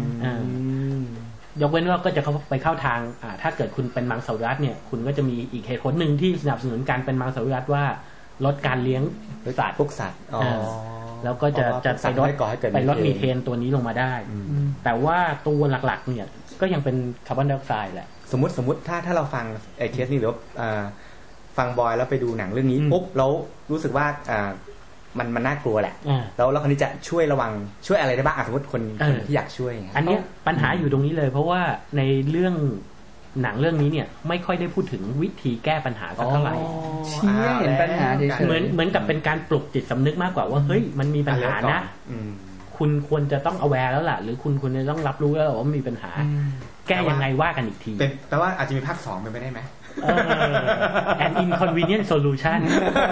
S3: ยกเว้นว่าก็จะไปเข้าทางถ้าเกิดคุณเป็นมังสวิรัติเนี่ยคุณก็จะมีอีกเหตุผลหนึ่งที่สนับสนุนการเป็นมังสวิรัติว่าลดการเลี้ยงสัตว์
S4: พวกสัตว์
S3: แล้วก็จะจะไปลดไปลดมีเทนตัวนี้ลงมาได้แต่ว่าตัวหลักๆเนี่ยก็ยังเป็นคาร์บอนไดออกไซด์แหละ
S4: สมมติสมมติถ้าถ้าเราฟังไอ้เคสนี้หรือฟังบอยแล้วไปดูหนังเรื่องนี้ปุ๊บแล้วรู้สึกว่ามันมันน่ากลัวแหละแล้วแล้วคนนี้จะช่วยระวังช่วยอะไรได้บ้างสมมติคนที่อยากช่วย
S3: อันนี้ปัญหาอยู่ตรงนี้เลยเพราะว่าในเรื่องหนังเรื่องนี้เนี่ยไม่ค่อยได้พูดถึงวิธีแก้ปัญหาสักเท่าไหร่
S2: ชี้เห็นปัญหา
S3: เหมือนเหมือนกับเป็นการปลุกจิตสำนึกมากกว่าว่าเฮ้ยมันมีปัญหานะคุณควรจะต้อง aware แล้วล่ะหรือคุณควรจะต้องรับรู้แล้วว่ามีปัญหาแก้ยังไงว่ากันอีกที
S4: เป็นแปลว่าอาจจะมีภาคสองเป็นไปได้ไหม
S3: an inconvenient solution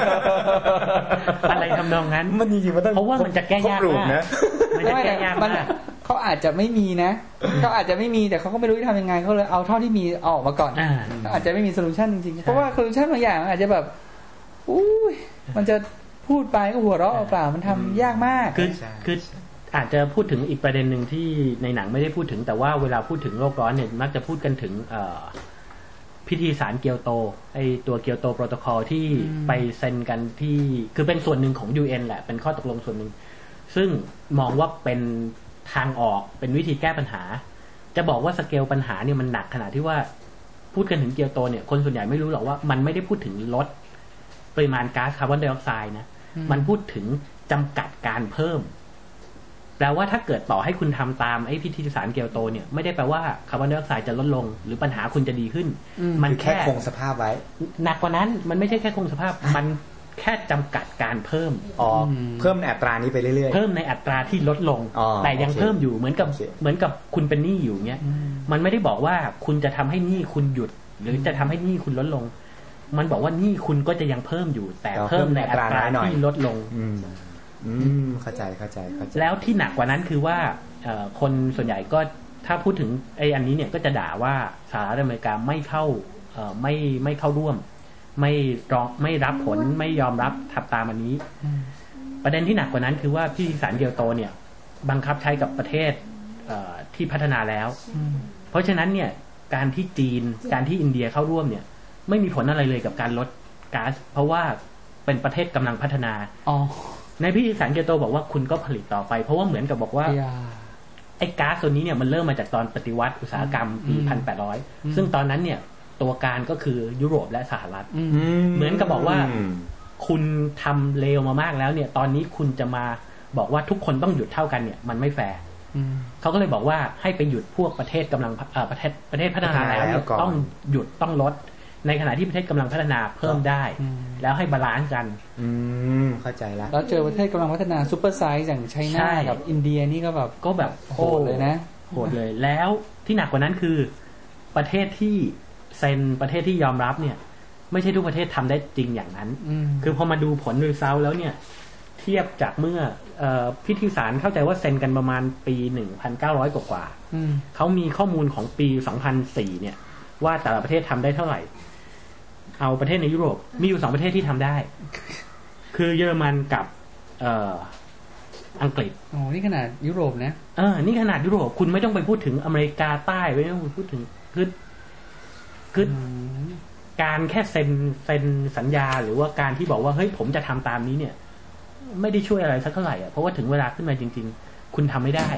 S3: อะไรทำนองนั้น
S4: มันจริงๆมันต้อง
S3: เพราะว่ามันจะแก้ยากมากนะมันจะแก้ยากมาก
S2: เขาอาจจะไม่มีนะเขาอาจจะไม่มีแต่เขาก็ไม่รู้จะทำยังไงเขาเลยเอาเท่าที่มีออกมาก่อนอาจจะไม่มีโซลูชันจริงๆเพราะว่าโซลูชันบางอย่างอาจจะแบบอุ้ยมันจะพูดไปก็หัวเราะเปล่ามันทำยากมาก
S3: คือคืออาจจะพูดถึงอีกประเด็นหนึ่งที่ในหนังไม่ได้พูดถึงแต่ว่าเวลาพูดถึงโลกร้อนเนี่ยมักจะพูดกันถึงพิธีสารเกียวโตไอตัวเกียวโตโปรโตคอลที่ไปเซ็นกันที่คือเป็นส่วนหนึ่งของ ยู เอ็น แหละเป็นข้อตกลงส่วนหนึ่งซึ่งมองว่าเป็นทางออกเป็นวิธีแก้ปัญหาจะบอกว่าสเกลปัญหาเนี่ยมันหนักขนาดที่ว่าพูดกันถึงเกียวโตเนี่ยคนส่วนใหญ่ไม่รู้หรอกว่ามันไม่ได้พูดถึงลดปริมาณก๊าซคาร์บอนไดออกไซด์นะมันพูดถึงจำกัดการเพิ่มแปลว่าถ้าเกิดต่อให้คุณทำตามไอ้พิธีสารเกียวโตเนี่ยไม่ได้แปลว่าคาร์บอนไดออกไซด์จะลดลงหรือปัญหาคุณจะดีขึ้น
S4: มันแค่คงสภาพไว้
S3: หนักกว่านั้นมันไม่ใช่แค่คงสภาพมันแค่จำกัดการเพิ่ม
S4: อ๋อเพิ่มในอัตรานี้ไปเรื่อย
S3: ๆเพิ่มในอัตราที่ลดลงแต่ยังเพิ่มอยู่เหมือนกับเหมือนกับคุณเป็นหนี้อยู่เงี้ยมันไม่ได้บอกว่าคุณจะทำให้หนี้คุณหยุดหรือจะทำให้หนี้คุณลดลงมันบอกว่าหนี้คุณก็จะยังเพิ่มอยู่แต่เพิ่มในอัตราที่ลดลง
S4: อืมเข้าใจเข้าใจเข้าใจ
S3: แล้วที่หนักกว่านั้นคือว่าคนส่วนใหญ่ก็ถ้าพูดถึงไอ้อันนี้เนี่ยก็จะด่าว่าสหรัฐอเมริกาไม่เข้าไม่ไม่เข้าร่วมไม่รองไม่รับผลไม่ยอมรับทับตามอันนี้ประเด็นที่หนักกว่านั้นคือว่าพิธีสารเกียวโตเนี่ยบังคับใช้กับประเทศที่พัฒนาแล้วเพราะฉะนั้นเนี่ยการที่จีนการที่อินเดียเข้าร่วมเนี่ยไม่มีผลอะไรเลยกับการลดก๊าซเพราะว่าเป็นประเทศกำลังพัฒนาในพิธีสารเกียวโตบอกว่าคุณก็ผลิตต่อไปเพราะว่าเหมือนกับบอกว่าไอ้ก๊าซตัวนี้เนี่ยมันเริ่มมาจากตอนปฏิวัติอุตสาหกรรมปีหนึ่งพันแปดร้อยซึ่งตอนนั้นเนี่ยตัวการก็คือยุโรปและสหรัฐเหมือนกับบอกว่าคุณทำเลวมามากแล้วเนี่ยตอนนี้คุณจะมาบอกว่าทุกคนต้องหยุดเท่ากันเนี่ยมันไม่แฟร์เขาก็เลยบอกว่าให้ไปหยุดพวกประเทศกำลังประเทศประเทศพัฒนาแล้วเนี่ยต้องหยุดต้องลดในขณะที่ประเทศกำลังพัฒนาเพิ่มได้แล้วให้บาลานซ์กัน
S4: อืมเข้าใจแล้ว
S2: แล้วเจอประเทศกำลังพัฒนาซูเปอร์ไซส์อย่างไชน่ากับอินเดียนี่ก็แบบ
S3: ก็แบบ
S2: โหดเลยนะ
S3: โหดเลยแล้วที่หนักกว่านั้นคือประเทศที่เซ็นประเทศที่ยอมรับเนี่ยไม่ใช่ทุกประเทศทำได้จริงอย่างนั้นคือพอมาดูผลรีเซลแล้วเนี่ยเทียบจากเมื่อพิธีสารเข้าใจว่าเซ็นกันประมาณปีหนึ่งพันเก้าร้อยกว่าๆเขามีข้อมูลของปีสองพันสี่เนี่ยว่าแต่ละประเทศทำได้เท่าไหร่เอาประเทศในยุโรปมีอยู่สองประเทศที่ทำได้คือเยอรมันกับเอ่ออังกฤษ
S2: อ๋อนี่ขนาดยุโรปนะ
S3: เออนี่ขนาดยุโรปคุณไม่ต้องไปพูดถึงอเมริกาใต้ไม่ต้องไปพูดถึงคือคือการแค่เซ็นเซ็นสัญญาหรือว่าการที่บอกว่าเฮ้ยผมจะทำตามนี้เนี่ยไม่ได้ช่วยอะไรสักเท่าไหร่อ่ะเพราะว่าถึงเวลาขึ้นมาจริงๆคุณทำไม่ได้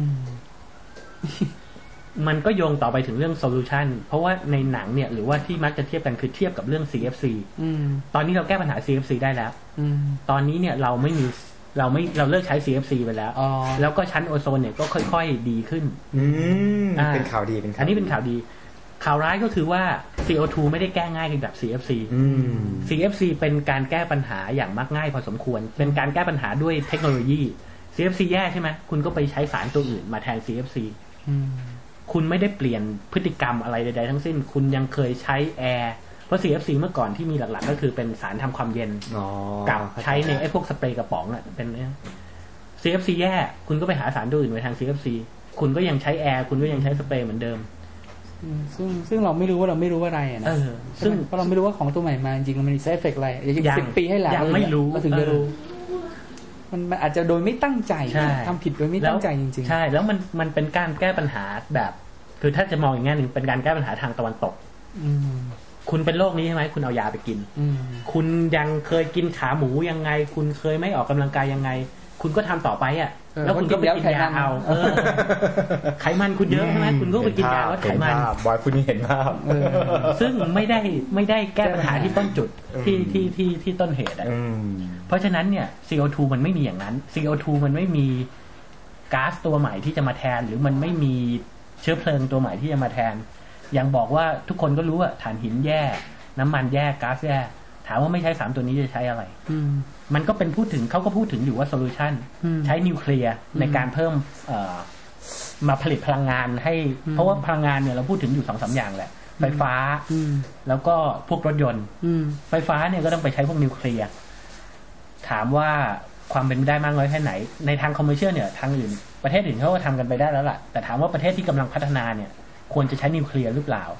S3: มันก็โยงต่อไปถึงเรื่องโซลูชันเพราะว่าในหนังเนี่ยหรือว่าที่มักจะเทียบกันคือเทียบกับเรื่อง ซี เอฟ ซี ตอนนี้เราแก้ปัญหา ซี เอฟ ซี ได้แล้วตอนนี้เนี่ยเราไม่มีเราไม่เราเลิกใช้ ซี เอฟ ซี ไปแล้วแล้วก็ชั้นโอโซนเนี่ยก็ค่อยๆดีขึ้น
S4: เป็นข่าวดีเป็นข่าว
S3: อันนี้เป็นข่าวดีข่าวร้ายก็คือว่า ซี โอ ทู ไม่ได้แก้ง่ายแบบ ซี เอฟ ซี ซี เอฟ ซี เป็นการแก้ปัญหาอย่างมักง่ายพอสมควรเป็นการแก้ปัญหาด้วยเทคโนโลยี ซี เอฟ ซี แย่ใช่ไหมคุณก็ไปใช้สารตัวอื่นมาแทน ซี เอฟ ซีคุณไม่ได้เปลี่ยนพฤติกรรมอะไรใดๆทั้งสิ้นคุณยังเคยใช้แอร์เพราะ ซี เอฟ ซี เมื่อก่อนที่มีหลักๆก็คือเป็นสารทำความเย็นกับใช้ในไอ้พวกสเปรย์กระป๋องอ่ะเป็น ซี เอฟ ซี แย่คุณก็ไปหาสารตัวอื่นไปทาง ซี เอฟ ซี คุณก็ยังใช้แอร์คุณก็ยังใช้สเปรย์เหมือนเดิม
S2: ซึ่งซึ่งเราไม่รู้ว่าเราไม่รู้อะไรนะซึ่งเพราะเราไม่รู้ว่าของตัวใหม่มาจริงๆมันมี side effect อะไรอย่างสิบปีให้หลัง
S3: ยังไม่รู้
S2: เราถึงจะรู้มันมันอาจจะโดยไม่ตั้งใจทำผิดโดยไม่ตั้งใจจริง
S3: ๆใช่แล้วมันมันเป็นการแก้ปัญหาแบบคือถ้าจะมองอย่างงี้นึงเป็นการแก้ปัญหาทางตะวันตกคุณเป็นโรคนี้ใช่ไหมคุณเอายาไปกินคุณยังเคยกินขาหมูยังไงคุณเคยไม่ออกกำลังกายยังไงคุณก็ทำต่อไปอ่ะแล้วคุณก็ไปกินยาเอาไขมันคุณเยอะใช่ไหมคุณก็ไปกินยาลดไขมัน
S4: บอยคุณนี่เห็นภาพ
S3: ซึ่งไม่ได้ไม่ได้แก้ปัญหาที่ต้นจุดที่ที่ที่ที่ต้นเหตุอ่ะเพราะฉะนั้นเนี่ย ซี โอ ทู มันไม่มีอย่างนั้น ซี โอ ทู มันไม่มีก๊าซตัวใหม่ที่จะมาแทนหรือมันไม่มีเชื้อเพลิงตัวใหม่ที่จะมาแทนอย่างบอกว่าทุกคนก็รู้ว่าถ่านหินแย่น้ำมันแย่ก๊าซแย่ถามว่าไม่ใช้สามตัวนี้จะใช้อะไรมันก็เป็นพูดถึงเขาก็พูดถึงอยู่ว่าโซลูชันใช้นิวเคลียร์ในการเพิ่มมาผลิตพลังงานให้เพราะว่าพลังงานเนี่ยเราพูดถึงอยู่สองสามอย่างแหละไฟฟ้าแล้วก็พวกรถยนต์ไฟฟ้าเนี่ยก็ต้องไปใช้พวกนิวเคลียร์ถามว่าความเป็นไปได้มากน้อยแค่ไหนในทางคอมเมอร์เชียลเนี่ยทางอื่นประเทศอื่นเขาก็ทำกันไปได้แล้วล่ะแต่ถามว่าประเทศที่กำลังพัฒนาเนี่ยควรจะใช้นิวเคลียร์หรือเปล่า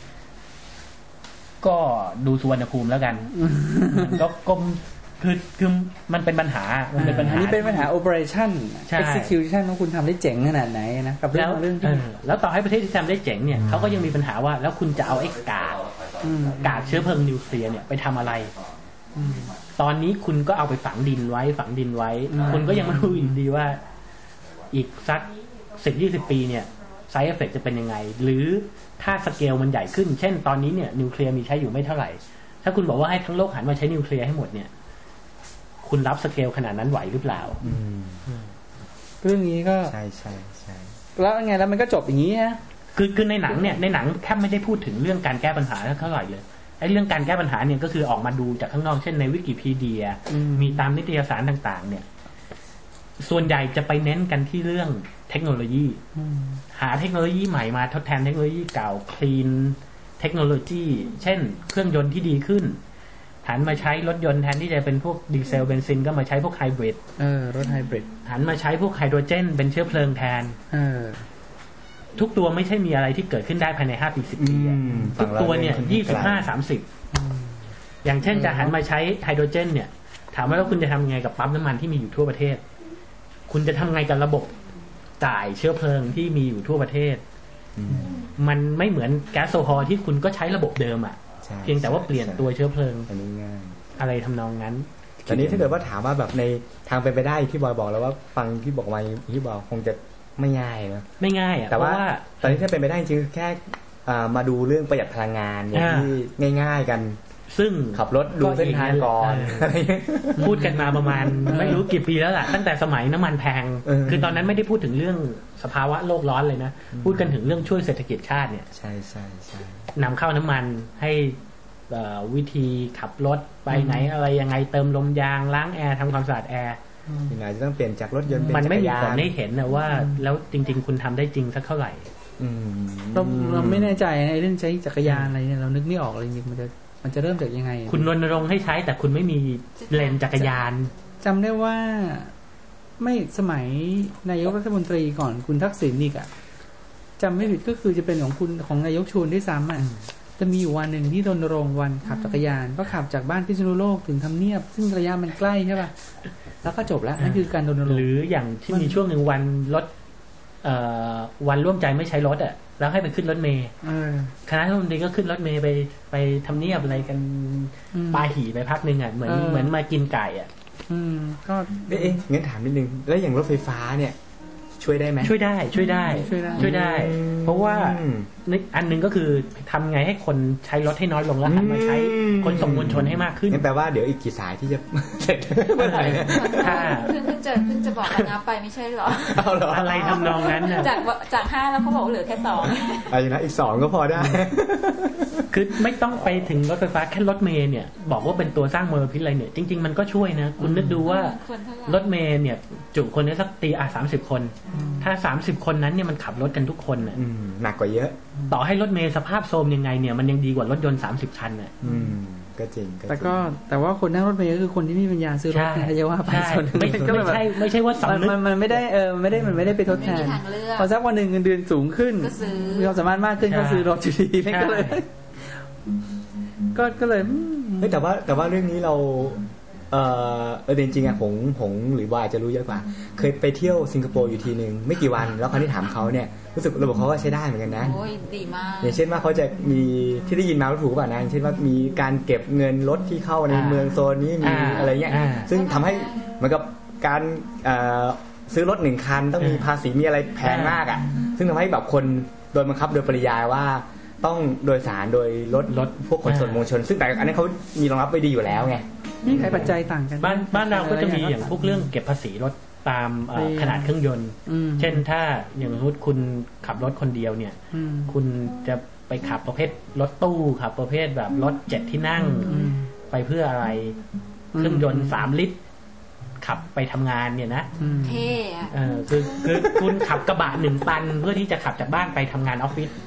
S3: ก็ดูสุวรรณภูมิแล้วกันก็ก็คือคือมันเป็นปัญหามันเป็นปัญหา
S2: อันนี้เป็นปัญหา operation execution ว่าคุณทำได้เจ๋งขนาดไหนนะกับเรื่องเรื่องที่
S3: แล้วต่อให้ประเทศที่ทำได้เจ๋งเนี่ยเขาก็ยังมีปัญหาว่าแล้วคุณจะเอาไอ้กากกากเชื้อเพลิงนิวเคลียร์เนี่ยไปทำอะไรตอนนี้คุณก็เอาไปฝังดินไว้ฝังดินไว้คุณก็ยังไม่รู้อยู่ดีว่าอีกสักสิบยี่สิบปีเนี่ยไซด์เอฟเฟกต์จะเป็นยังไงหรือถ้าสเกลมันใหญ่ขึ้นเช่นตอนนี้เนี่ยนิวเคลียร์มีใช้อยู่ไม่เท่าไหร่ถ้าคุณบอกว่าให้ทั้งโลกหันมาใช้นิวเคลียร์ให้หมดเนี่ยคุณรับสเกลขนาดนั้นไหวหรือเปล่า
S2: เรื่องนี้ก็
S4: ใช่ใช่ใช่
S2: แล้วไงแล้วมันก็จบอย่างนี้ฮะ
S3: คือคือในหนังเนี่ยในหนังแทบไม่ได้พูดถึงเรื่องการแก้ปัญหาเท่าไหร่เลยไอ้เรื่องการแก้ปัญหาเนี่ยก็คือออกมาดูจากข้างนอกเช่นในวิกิพีเดียมีตามนิตยสารต่างๆเนี่ยส่วนใหญ่จะไปเน้นกันที่เรื่องเทคโนโลยีหาเทคโนโลยีใหม่มาทดแทนเทคโนโลยีเก่าคลีนเทคโนโลยีเช่นเครื่องยนต์ที่ดีขึ้นหันมาใช้รถยนต์แทนที่จะเป็นพวกดีเซลเบนซินก็มาใช้พวกไฮบริด
S2: เออรถไฮบริด
S3: หันมาใช้พวกไฮโดรเจนเป็นเชื้อเพลิงแทนเออทุกตัวไม่ใช่มีอะไรที่เกิดขึ้นได้ภายในห้าปีสิบปีทุกตัวเนี่ยยี่สิบห้าสามสิบอย่างเช่นจะหันมาใช้ไฮโดรเจนเนี่ยถามว่าแล้วคุณจะทำไงกับปั๊มน้ำมันที่มีอยู่ทั่วประเทศคุณจะทำไงกับระบบจ่ายเชื้อเพลิงที่มีอยู่ทั่วประเทศมันไม่เหมือนแก๊สโซฮอล์ที่คุณก็ใช้ระบบเดิมอ่ะเพียงแต่ว่าเปลี่ยนตัวเชื้อเพลิงอะไรทำนองนั้น
S4: ตอนนี้ถ้าเกิดว่าถามว่าแบบในทางเป็นไปได้ที่บอยบอกแล้วว่าฟังที่บอกมาที่บอกคงจะไม่ง่ายนะ
S3: ไม่ง่ายอ่ะ
S4: แต่ว่าตอนนี้ถ้าเป็นไปได้จริงแค่มาดูเรื่องประหยัดพลังงานอย่างที่ง่ายๆกัน
S3: ซึ่ง
S4: ขับรถดูเส้นทางก่อน
S3: พูดกันมาประมาณไม่รู้กี่ปีแล้วล่ะตั้งแต่สมัยน้ำมันแพงคือตอนนั้นไม่ได้พูดถึงเรื่องสภาวะโลกร้อนเลยนะพูดกันถึงเรื่องช่วยเศรษฐกิจชาติเนี่ย
S4: ใช่ใช่ใช่
S3: นำเข้าน้ำมันให้วิธีขับรถไปไหนอะไรยังไงเติมลมยางล้างแอร์ทำความสะอาดแอร์
S4: ยังไงจะต้องเปลี่ยนจากรถยนต์เป็นจักรยาน
S3: มันไม่มีผลให้เห็นนะว่าแล้วจริงๆคุณทำได้จริงสักเท่าไหร่
S2: เราเราไม่แน่ใจในเรื่องใช้จักรยานอะไรเนี่ยเรานึกไม่ออกเลยจริงมันจะมันจะเริ่มจากยังไง
S3: คุณรณรงค์ให้ใช้แต่คุณไม่มีเลนจักรยาน
S2: จำได้ว่าไม่สมัยนายกรัฐมนตรีก่อนคุณทักษิณอีกอ่ะจำไม่ผิดก็คือจะเป็นของคุณของนายกชวนด้วยซ้ำอ่ะจะมีอยู่วันหนึ่งที่รณรงค์วันขับจักรยานก็ขับจากบ้านพิษณุโลกถึงทำเนียบซึ่งระยะมันใกล้ใช่ป่ะแล้วก็จบแล้วนั่นคือการรณรงค์
S3: หรืออย่างที่มีช่วงหนึ่งวันรถวันร่วมใจไม่ใช้รถอ่ะแล้วให้ไปขึ้นรถเมล์คณะรัฐมนตรีก็ขึ้นรถเมล์ไปไปทำเนียบอะไรกันปาหี่ไปพักนึงอ่ะเหมือนเหมือนมากินไก่อ่ะ
S4: ก็เอ๊ะงั้นถามนิดนึงแล้วอย่างรถไฟฟ้าเนี่ยช่วยได้ไหม
S3: ช่วยได้ช่วยได้ช่วยได้ช่วยได้เพราะว่าอันนึงก็คือทำไงให้คนใช้รถให้น้อยลงแล้วหันมาใช้คนส่งมวลชนให้มากขึ้น
S4: นั่นแปลว่าเดี๋ยวอีกกี่สายที่จะเสร็จเมื่อไหร่
S6: ถ้าเพิ่งจะเพิ่งจะบอกระงับไปไม่ใช่หรอ
S3: อะไรทำนองนั้น
S6: จากจากห้าแล้วเขาบอกเหลือแค่สอง
S4: อะไรนะอีกสองก็พอได้
S3: คือไม่ต้องไปถึงรถไฟฟ้าแค่รถเมล์เนี่ยบอกว่าเป็นตัวสร้างมลพิษอะไรเนี่ยจริงๆมันก็ช่วยนะคุณนึกดูว่ารถเมล์เนี่ยจุคนได้สักตีอ่ะสามสิบคนถ้าสามสิบคนนั้นเนี่ยมันขับรถกันทุกคนน่ะ
S4: หนักกว่าเยอะ
S3: ต่อให้รถเมล์สภาพโทรมยังไงเนี่ยมันยังดีกว่ารถยนต์สามสิบคันน่ะ
S4: ก็จริง
S2: แต่ก็แต่ว่าคนนั่งรถเมล์ก็คือคนที่มีปัญญาซื้อรถนะจะว่าไปส่วนนึง
S3: ไม่ใช่ไม่ใช่ว่าสำนึก
S2: มันไม่ได้เออไม่ได้มันไม่ได้ไปทดแทนพอสักวันนึงเงินเดือนสูงขึ้นมีความสามารถมากขึ้นก็ซื้อรถอยู่ดีก็เลยก็ก็เลย
S4: แต่ว่าแต่ว่าเรื่องนี้เราเออเออจริงๆอ่ะผมผมหรือว่าจะรู้เยอะกว่าเคยไปเที่ยวสิงคโปร์อยู่ทีนึงไม่กี่วันแล้วคราวนี้ถามเขาเนี่ยรู้สึกระบบเขาว่าใช้ได้เหมือนกันนะ
S6: โอ้ยดีมาก
S4: อย่างเช่นว่าเขาจะมีที่ได้ยินมาถูกป่ะนะอย่างเช่นว่ามีการเก็บเงินรถที่เข้าในเมืองโซนนี้มีอะไรเงี้ยซึ่งทำให้เหมือนกับการซื้อรถหนึ่งคันต้องมีภาษีมีอะไรแพงมากอ่ะซึ่งทำให้แบบคนโดยบังคับโดยปริยายว่าต้องโดยสารโดยรถรถพวกขนส่งมวลชนซึ่งแต่อันนี้เขามีรองรับไว้ดีอยู่แล้วไง
S2: นี่ใช้ปัจจัยต่างกัน
S3: บ้านบ้านเราก็จะมีอย่างพวกเรื่องเก็บภาษีรถตามขนาดเครื่องยนต์เช่นถ้าอย่างสมมติคุณขับรถคนเดียวเนี่ยคุณจะไปขับประเภทรถตู้ขับประเภทแบบรถเจ็ดที่นั่งไปเพื่ออะไรเครื่องยนต์สามลิตรขับไปทำงานเนี่ยนะ
S6: เท่
S3: เออคือคือคุณขับกระบะหนึ่งตันเพื่อที่จะขับจากบ้านไปทำงานออฟฟิศ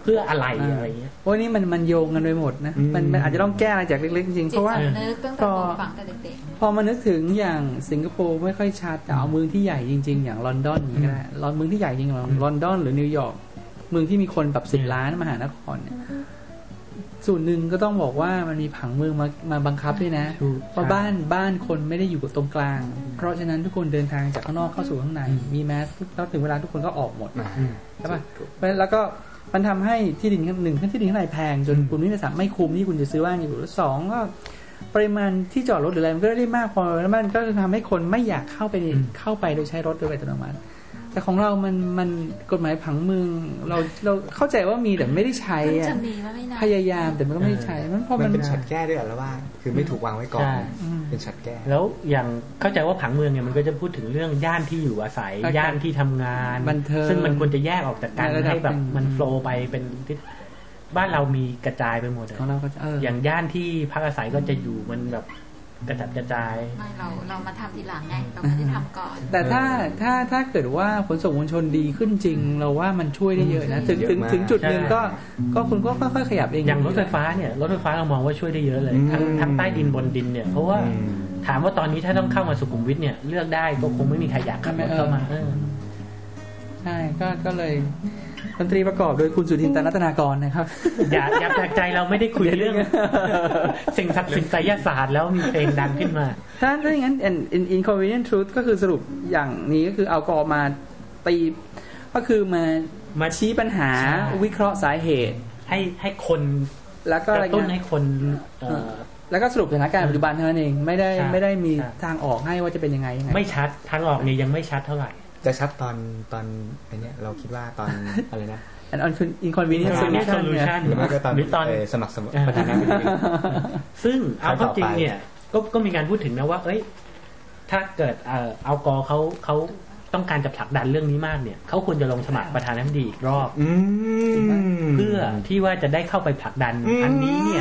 S3: พื่ออะไรอะไรเงี้ย
S2: โอ้นี่มันมันโยงกันไปหมดนะมันมันอาจจะต้องแก้อะไรจากเล็กๆจริงๆเพราะว่าพอพอมานึกถึงอย่างสิงคโปร์ไม่ค่อยชัดแต่เอาเมืองที่ใหญ่จริงๆอย่างลอนดอนอย่างนี้ก็ได้ลอนเมืองที่ใหญ่จริงๆลอนดอนหรือนิวยอร์กเมืองที่มีคนแบบสิบล้านมหานครเนี่ยส่วนหนึ่งก็ต้องบอกว่ามันมีผังเมืองมามาบังคับด้วยนะเพราะบ้านบ้านคนไม่ได้อยู่กับตรงกลางเพราะฉะนั้นทุกคนเดินทางจากข้างนอกเข้าสู่ข้างในมีแมสแล้วถึงเวลาทุกคนก็ออกหมดใช่ป่ะแล้วก็มันทำให้ที่ดินหนึ่งที่ดินข้างในแพงจนคุณไม่สามารถไม่คุ้มที่คุณจะซื้อบ้านอยู่แล้วสองก็ปริมาณที่จอดรถหรืออะไรมันก็ได้มากพอแล้วมันก็ทำให้คนไม่อยากเข้าไปเข้าไปโดยใช้รถโดยอัตโนมัติแต่ของเรามันมันกฎหมายผังเมืองเราเราเข้าใจว่ามีแต่ไม่ได้ใช้อ่ะพยายามแต่มันก็ไม่ได้ใช้มันเพราะมัน
S4: เป็นฉัดแก้ด้วยแล้วว่าคือไม่ถูกวางไว้ก่อนเป็นฉัดแก้
S3: แล้วอย่างเข้าใจว่าผังเมืองเนี่ยมันก็จะพูดถึงเรื่องย่านที่อยู่อาศัยย่านที่ทำงานซึ่งมันควรจะแยกออกจากกันให้แบบมันโฟลว์ไปเป็นบ้านเรามีกระจายไปหมดอย่างย่านที่พักอาศัยก็จะอยู่มันแบบกระจัดกระจาย
S6: ไม่เราเรามาทำทีหลังไงเราไม่ได้ทำก่อน
S2: แต่ถ้าถ้าถ้าเกิดว่าขนส่งมวลชนดีขึ้นจริงเราว่ามันช่วยได้เยอะนะถึงถึงถึงจุดหนึ่งก็ก็คุณก็ค่อยๆขยับเอง
S3: อย่างรถไฟฟ้าเนี่ยรถไฟฟ้าเรามองว่าช่วยได้เยอะเลยทั้งทั้งใต้ดินบนดินเนี่ยเพราะว่าถามว่าตอนนี้ถ้าต้องเข้ามาสุขุมวิทเนี่ยเลือกได้ก็คงไม่มีใครอยากขับรถเข้ามา
S2: ใช่ก็ก็เลยดนตรีประกอบโดยคุณสุทิน ตรัตนากรนะครับ
S3: อย่าอย่าแปลกใจเราไม่ได้คุยเรื่องสิ่งศักดิ์สิทธิ์ไสยศาสตร์แล้วมีเพลงดังขึ้นมา
S2: ถ้าถ้าอย่างนั้น inconvenient truth ก็คือสรุปอย่างนี้ก็คือเอากอมาตีก็คือมามาชี้ปัญหาวิเคราะห์สาเหตุ
S3: ให้ให้คน
S2: แล้วก็
S3: กระตุ้นให้คน
S2: แล้วก็สรุปสถานการณ์ปัจจุบันเท่านั้นเองไม่ได้ไม่ได้มีทางออกให้ว่าจะเป็นยังไง
S3: ไม่ชัดทางออกเนี่ยยังไม่ชัดเท่าไหร่
S4: จะชัดตอนตอนไอ้นี้เราคิดว่าตอนอะไรนะ
S2: an inconvenient solution
S4: หรือไม่ก็ตอนตอนสมัครประธานาธิบดี
S3: ซึ่งเอาเข้าจริงเนี่ยก็ก็มีการพูดถึงนะว่าเอ้ยถ้าเกิดเอ่อเอากอเขาเขาต้องการจะผลักดันเรื่องนี้มากเนี่ยเขาควรจะลงสมัครประธานาธิบดีอีกรอบเพื่อที่ว่าจะได้เข้าไปผลักดันอันนี้เนี่ย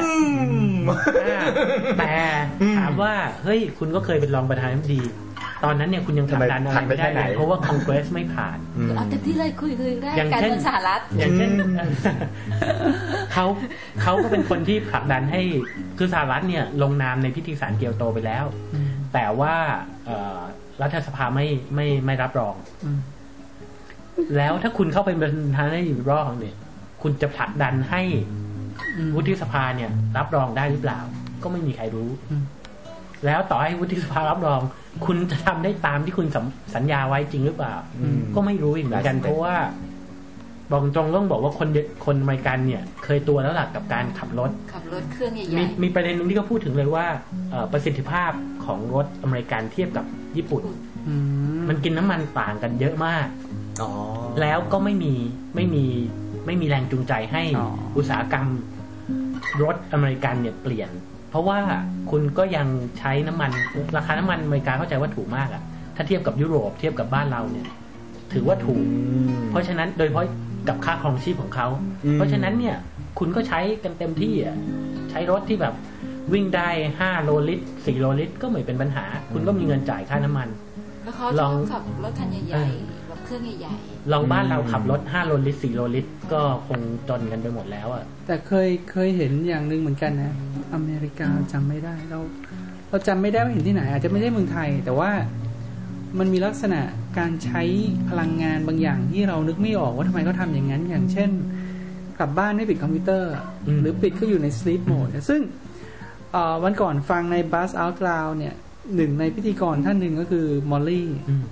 S3: แต่ถามว่าเฮ้ยคุณก็เคยเป็นรองประธานาธิบดีตอนนั้นเนี่ยคุณยังผลักดันอะไรไม่ได้เลยเพราะว่าคอนเกรสไม่ผ่าน
S6: เอาเต็มที่เลยคุยคุยได้การเมืองสหรัฐ
S3: อย่างเช่นเขาเขาก็เป็นคนที่ผลักดันให้คือสหรัฐเนี่ยลงนามในพิธีสารเกียวโตไปแล้วแต่ว่ารัฐสภาไม่ไม่ไม่รับรองแล้วถ้าคุณเข้าไปเป็นประธานาธิบดีรอบเนี่ยคุณจะผลักดันให้วุฒิสภาเนี่ยรับรองได้หรือเปล่าก็ไม่มีใครรู้แล้วต่อให้วุฒิสภารับรองคุณจะทำได้ตามที่คุณสัญญาไว้จริงหรือเปล่าก็ไม่รู้อีกเหมือนกันเพราะว่าบอกตรงต้องบอกว่าคนคนอเมริกันเนี่ยเคยตัวแล้วหลักกับการขับรถ
S6: ขับรถเครื่องใหญ่
S3: ๆมีมีประเด็นนึงที่เขาพูดถึงเลยว่าประสิทธิภาพของรถอเมริกันเทียบกับญี่ปุ่นมันกินน้ำมันต่างกันเยอะมากแล้วก็ไม่มีไม่มีไม่มีแรงจูงใจให้อุตสาหกรรมรถอเมริกันเนี่ยเปลี่ยนเพราะว่าคุณก็ยังใช้น้ำมันราคาน้ำมันอเมริกาเข้าใจว่าถูกมากอ่ะถ้าเทียบกับยุโรปเทียบกับบ้านเราเนี่ยถือว่าถูกเพราะฉะนั้นโดยเฉพาะกับค่าครองชีพของเขาเพราะฉะนั้นเนี่ยคุณก็ใช้กันเต็มที่อ่ะใช้รถที่แบบวิ่งได้ห้าโลลิตรสี่โลลิตรก็ไม่เป็นปัญหาคุณก็มีเงินจ่ายค่าน้ำมัน
S6: แล้วเขาลองขับรถคันใหญ่ๆแบบเครื่องใหญ่
S3: ๆลองบ้านเราขับรถห้าโลลิตรสี่โลลิตรก็คงจนกันไปหมดแล้วอ่ะ
S2: แต่เคยเคยเห็นอย่างนึงเหมือนกันนะอเมริกาจำไม่ได้เราเราจำไม่ได้ว่าเห็นที่ไหนอาจจะไม่ได้เมืองไทยแต่ว่ามันมีลักษณะการใช้พลังงานบางอย่างที่เรานึกไม่ออกว่าทำไมเขาทำอย่างนั้นอย่างเช่นกลับบ้านไม่ปิดคอมพิวเตอร์หรือปิดก็อยู่ใน sleep mode ซึ่งวันก่อนฟังใน Buzz Out Loud เนี่ยหนึ่งในพิธีกรท่านหนึ่งก็คือมอลลี่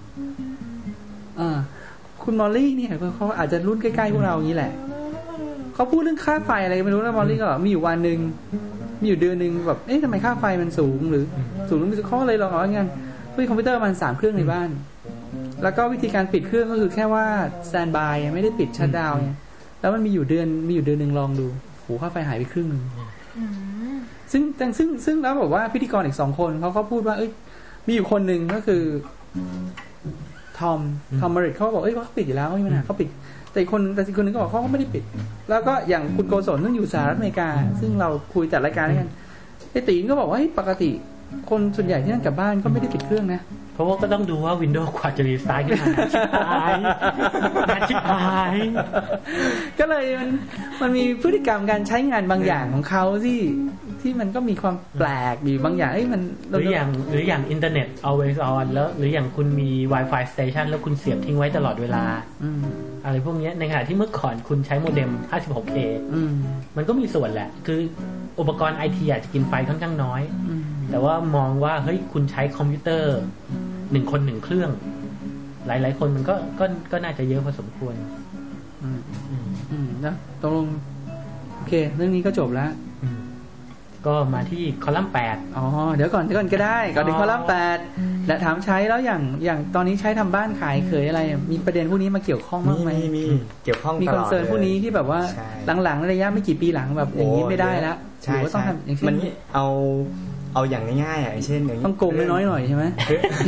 S2: คุณมอลลี่เนี่ยเขาอาจจะรุ่นใกล้ๆพวกเราอย่างนี้แหละเขาพูดเรื่องค่าไฟอะไรไม่รู้แล้วมอลลี่ก็มีอยู่วันหนึ่งมีอยู่เดือนหนึ่งแบบเอ๊ะทำไมค่าไฟมันสูงหรือสูงหรือเขาเลยลองเอาอย่างนั้นด้วยคอมพิวเตอร์มันสามเครื่องในบ้านแล้วก็วิธีการปิดเครื่องก็คือแค่ว่าสแตนด์บายไม่ได้ปิดชัตดาวน์เนี่ยแล้วมันมีอยู่เดือนมีอยู่เดือนหนึ่งลองดูโหค่าไฟหายไปครึ่งนึงซึ่งซึ่งซึ่งแล้วบอกว่าพิธีกรอีกสองคนเขาก็พูดว่าเอ้ยมีอยู่คนหนึ่งก็คือทอมทอมเมริทเขาบอกเอ้ยเขาปิดอยู่แล้วไม่มีปัญหาเขาปิดแต่คนแต่อีกคนนึงก็บอกเขาก็ไม่ได้ปิดแล้วก็อย่างคุณโกศลซึ่งอยู่สหรัฐอเมริกาซึ่งเราคุยจัดรายการด้วยกันไอ้ตีนก็บอกว่าปกติคนส่วนใหญ่ที่นั่งกลับบ้านก็ไม่ได้ปิดเครื่องนะ
S3: เพราะว่าก็ต้องดูว่า Windows กว่าจะรีสตาร์ทขึ้นมาชิบหายชิบหาย
S2: ก็เลยมันมันมีพฤติกรรมการใช้งานบางอย่างของเขาที่ที่มันก็มีความแปลกอยู่บางอย่างเอ้ยมัน
S3: หรืออย่างหรืออย่างอินเทอร์เน็ต always on แล้วหรืออย่างคุณมี Wi-Fi station แล้วคุณเสียบทิ้งไว้ตลอดเวลาอะไรพวกนี้ในขณะที่เมื่อก่อนคุณใช้โมเด็ม ห้าสิบหกเค มันก็มีส่วนแหละคืออุปกรณ์ ไอ ที อาจจะกินไฟค่อนข้างน้อยแต่ว่ามองว่าเฮ้ยคุณใช้คอมพิวเตอร์หนึ่งคนหนึ่งเครื่องหลายๆคนมันก็ก็ก็น่าจะเยอะพอสมควร
S2: อืมอืมนะตกลงโอเคเรื่องนี้ก็จบแล้ว
S3: ก็มาที่คอลัมน์แปด
S2: อ๋อเดี๋ยวก่อนเดี๋ยวก่อนก็ได้ก่อนถึงคอลัมน์แปดและถามใช้แล้วอย่างอย่างตอนนี้ใช้ทำบ้านขายเคยอะไรมีประเด็นพวกนี้มาเกี่ยวข้องบ้างไหม
S4: มีมีเกี่ยวข้องตลอด
S2: มีคอนเซิร์นพวกนี้ที่แบบว่าหลังๆระยะไม่กี่ปีหลังแบบอย่างนี้ไม่ได้แล้ว
S4: หรือว่าต้องทำอย่างเช่นมันเอาเอาอย่างง่ายๆอ่ะเช่นอย่างนี้
S2: ต้องโกงน้อยๆหน่อยใช่ไหม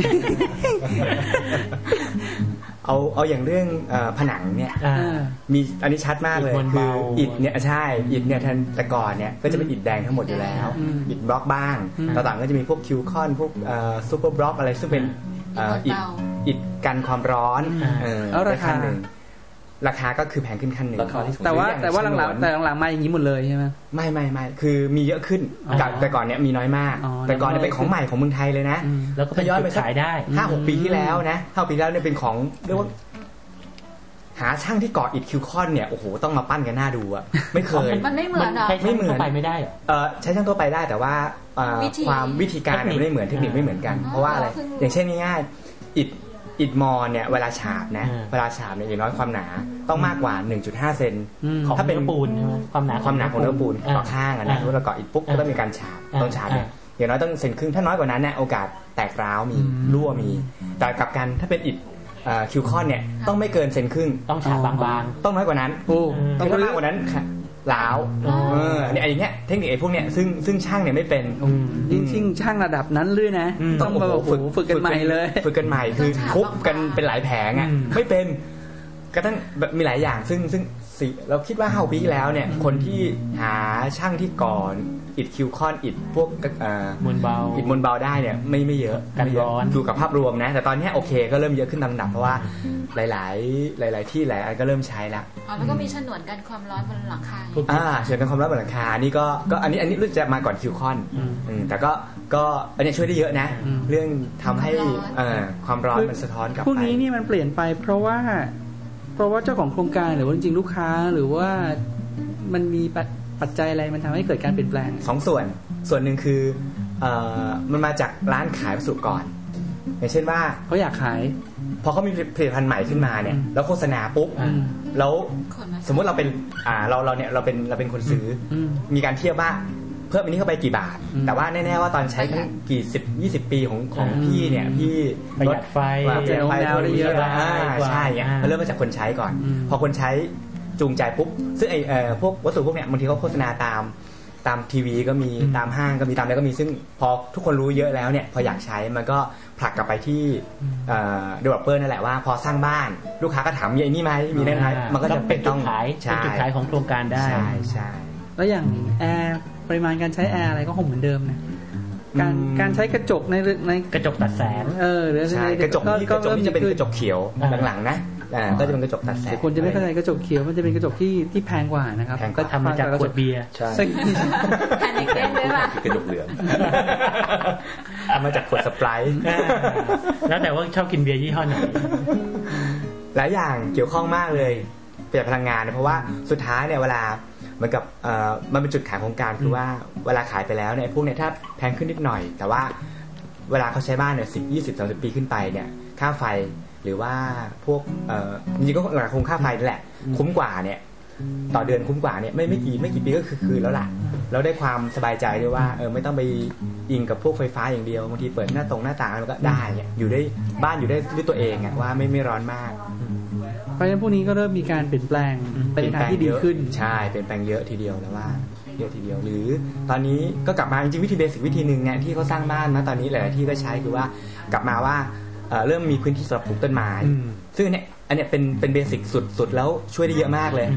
S4: เอาเอาอย่างเรื่องผนังเนี่ยมีอันนี้ชัดมากเลยคืออิฐเนี่ยใช่อิฐเนี่ยทันแต่ก่อนเนี่ยก็จะเป็นอิฐแดงทั้งหมดอยู่แล้วอิฐบล็อกบ้างต่างๆก็จะมีพวกคิวคอนพวกซูเปอร์บล็อกอะไรซึ่งเป็นอิฐอิฐกันความร้อน
S2: แล้วราคา
S4: ราคาก็คือแพงขึ้นขั้นหนึ่ง
S2: แต่ว่าแต่ว่าหลังๆแต่หลังๆมาอย่างนี้หมดเลยใช่ไหม
S4: ไม่ไม่ไม่คือมีเยอะขึ้นแต่ก่อนเนี้ยมีน้อยมากแต่ก่อนเนี่ยเป็นของใหม่ของเมืองไทยเลยนะ
S3: แล้วก็ย้อนไปขายได้
S4: ห้าหกปีที่แล้วนะห้าปีแล้วเนี่ยเป็นของเรียกว่าหาช่างที่ก่ออิฐคิวคอนเนี่ยโอ้โหต้องมาปั้นกันหน้าดูอะไม่เคย
S6: มันไม่เหมือนอะ
S3: ไม่เหมือนไปไม่ได้
S4: เออใช้ช่างทั่วไปได้แต่ว่าความวิธีการไม่เหมือนเทคนิคไม่เหมือนกันเพราะว่าอะไรอย่างเช่นง่ายๆอิฐอิฐมอเนี่ยเวลาฉาบนะเวลาฉาบเนี่ยอย่างน้อยความหนาต้องมากกว่า หนึ่งจุดห้า เซน
S3: ถ้าเป็นปูนใช่ไหมความหนา
S4: ความหนาของเนื้อปูนต่อข้างนะเวลาก่ออิฐปุ๊บก็ต้องมีการฉาบต้องฉาบเนี่ยอย่างน้อยต้องเซนครึ่งถ้าน้อยกว่านั้นเนี่ยโอกาสแตกร้าวมีรั่วมีแต่กับกันถ้าเป็นอิฐคิวคอนเนี่ยต้องไม่เกินเซนครึ่ง
S3: ต้องฉาบบาง
S4: ๆต้องน้อยกว่านั้นต้องมากกว่านั้นล้าวเออเนี่ยไอ้เนี้ยเทคนิคไอ้พวกเนี้ยซึ่งซึ่งช่างเนี่ยไม่เป็น
S2: ยิ่งชิ่งช่างระดับนั้นเลยนะต้องมาฝึกฝึกกันใหม่เลย
S4: ฝึกกันใหม่คือทุบกันเป็นหลายแผงอ่ะไม่เป็นก็ต้องมีหลายอย่างซึ่งซึ่งเราคิดว่าห้าปีแล้วเนี่ยคนที่หาช่างที่ก่อนอิฐคิวคอนอิฐพวก
S3: มวลเบา
S4: อิฐมวลเบาได้เนี่ยไม่ไม่เยอะ
S3: กันร้อน
S4: ดูกับภาพรวมนะแต่ตอนนี้โอเคก็เริ่มเยอะขึ้นตามลำดับเพราะว่าหลายๆหลายๆที่หลายอันก็เริ่มใช้แล้ว
S6: อ๋อแล้วก็มีฉนวนกันความร้อนบนหลังคา
S4: อ่าฉนวนกันความร้อนบนหลังคานี่ก็ก็อันนี้อันนี้รู้จะมาก่อนคิวคอนแต่ก็ก็อันนี้ช่วยได้เยอะนะเรื่องทำให้ความร้อนมันสะท้อนกลับไป
S2: พวกนี้นี่มันเปลี่ยนไปเพราะว่าเพราะว่าเจ้าของโครงการหรือว่าจริงๆลูกค้าหรือว่ามันมีปัจจัยอะไรมันทำให้เกิดการเปลี่ยนแปลง
S4: สองส่วนส่วนหนึ่งคือเอ่อมันมาจากร้านขายวัสดุก่อนอย่างเช่นว่า
S2: เขาอยากขาย
S4: พอเขามีผลิตภัณฑ์ใหม่ขึ้นมาเนี่ยแล้วโฆษณาปุ๊บแล้วสมมติเราเป็นอ่าเราเราเนี่ยเราเป็นเราเป็นคนซื้อมีการเทียบว่าเพิ่มอันนี้เข้าไปกี่บาทแต่ว่าแน่ๆว่าตอนใช้ทั้งกี่สิบยี่สิบปีของของพี่เนี่ยพี่
S3: ประหยัดไฟ
S4: ประหยัดไฟเยอะใช่เงี้ยมันเริ่มมาจากคนใช้ก่อนพอคนใช้จูงใจปุ๊บซึ่งไอ้พวกวัสดุพวกเนี้ยบางทีเขาโฆษณาตามตามทีวีก็มีตามห้างก็มีตามอะไรก็มีซึ่งพอทุกคนรู้เยอะแล้วเนี่ยพออยากใช้มันก็ผลักกลับไปที่เอ่อ developer นั่นแหละว่าพอสร้างบ้านลูกค้าก็ถามมีไอ้นี่ไหมมีนั่นไหมมันก็จะเป็น
S3: ต้องขายเป็นจุดขายของโครงการได้
S4: ใช่ใช่
S2: แล้วอย่างแอร์ปริมาณการใช้แอร์อะไรก็คงเหมือนเดิมนะการการใช้กระจกในใน
S3: กระจกตัดแสง
S2: เออหรือ
S4: ในกระจกนี่กระจกนี่จะเป็นกระจกเขียวหลังๆนะอ่าก็จะเป็นกระจกตัดแสง
S2: คนจะไม่เข้าใจกระจกเขียวมันจะเป็นกระจกที่ที่แพงกว่านะครับ
S3: ก็ทำมาจากขวดเบียร์
S4: ใช่
S6: แพงเกินเลยว่ะ
S5: กระจกเหลือง
S4: ทำมาจากขวดสไปร์
S3: แล้วแต่ว่าชอบกินเบียร์ยี่ห้อไหน
S4: หลายอย่างเกี่ยวข้องมากเลยประหยัดพลังงานเพราะว่าสุดท้ายเนี่ยเวลาเหมือนกับเอ่อมันเป็นจุดขายของการคือว่าเวลาขายไปแล้วเนี่ยพวกเนี่ยถ้าแพงขึ้นนิดหน่อยแต่ว่าเวลาเขาใช้บ้านเนี่ยสิบ ยี่สิบ สามสิบปีขึ้นไปเนี่ยค่าไฟหรือว่าพวกเอ่อจริงๆก็หลักคงค่าไฟนั่นแหละคุ้มกว่าเนี่ยต่อเดือนคุ้มกว่าเนี่ยไม่ไม่กี่ไม่กี่ปีก็คือคืนแล้วล่ะแล้วได้ความสบายใจด้วยว่าเออไม่ต้องไปอิงกับพวกไฟฟ้าอย่างเดียวบางทีเปิดหน้าตรงหน้าต่างมันก็ได้เนี่ยอยู่ได้บ้านอยู่ได้ด้วยตัวเองอ่ะว่าไม่ไม่ร้อนมาก
S2: เพราะฉะนั้นพวกนี้ก็เริ่มมีการเปลี่ยนแปลงไปในทางที่ดีขึ้น
S4: ใช่เปลี่ยนแปลงเยอะทีเดียวแล้วว่าเยอะทีเดียวหรือตอนนี้ก็กลับมาจริงๆวิธีเบสิกวิธีนึงเนี่ยที่เขาสร้างบ้านนะตอนนี้หลายๆที่ก็ใช้คือว่ากลับมาว่าเริ่มมีพื้นที่สำหรับปลูกต้นไม้ซึ่งอันเนี้ยอันเนี้ยเป็นเป็นเบสิกสุดสุดแล้วช่วยได้เยอะมากเลย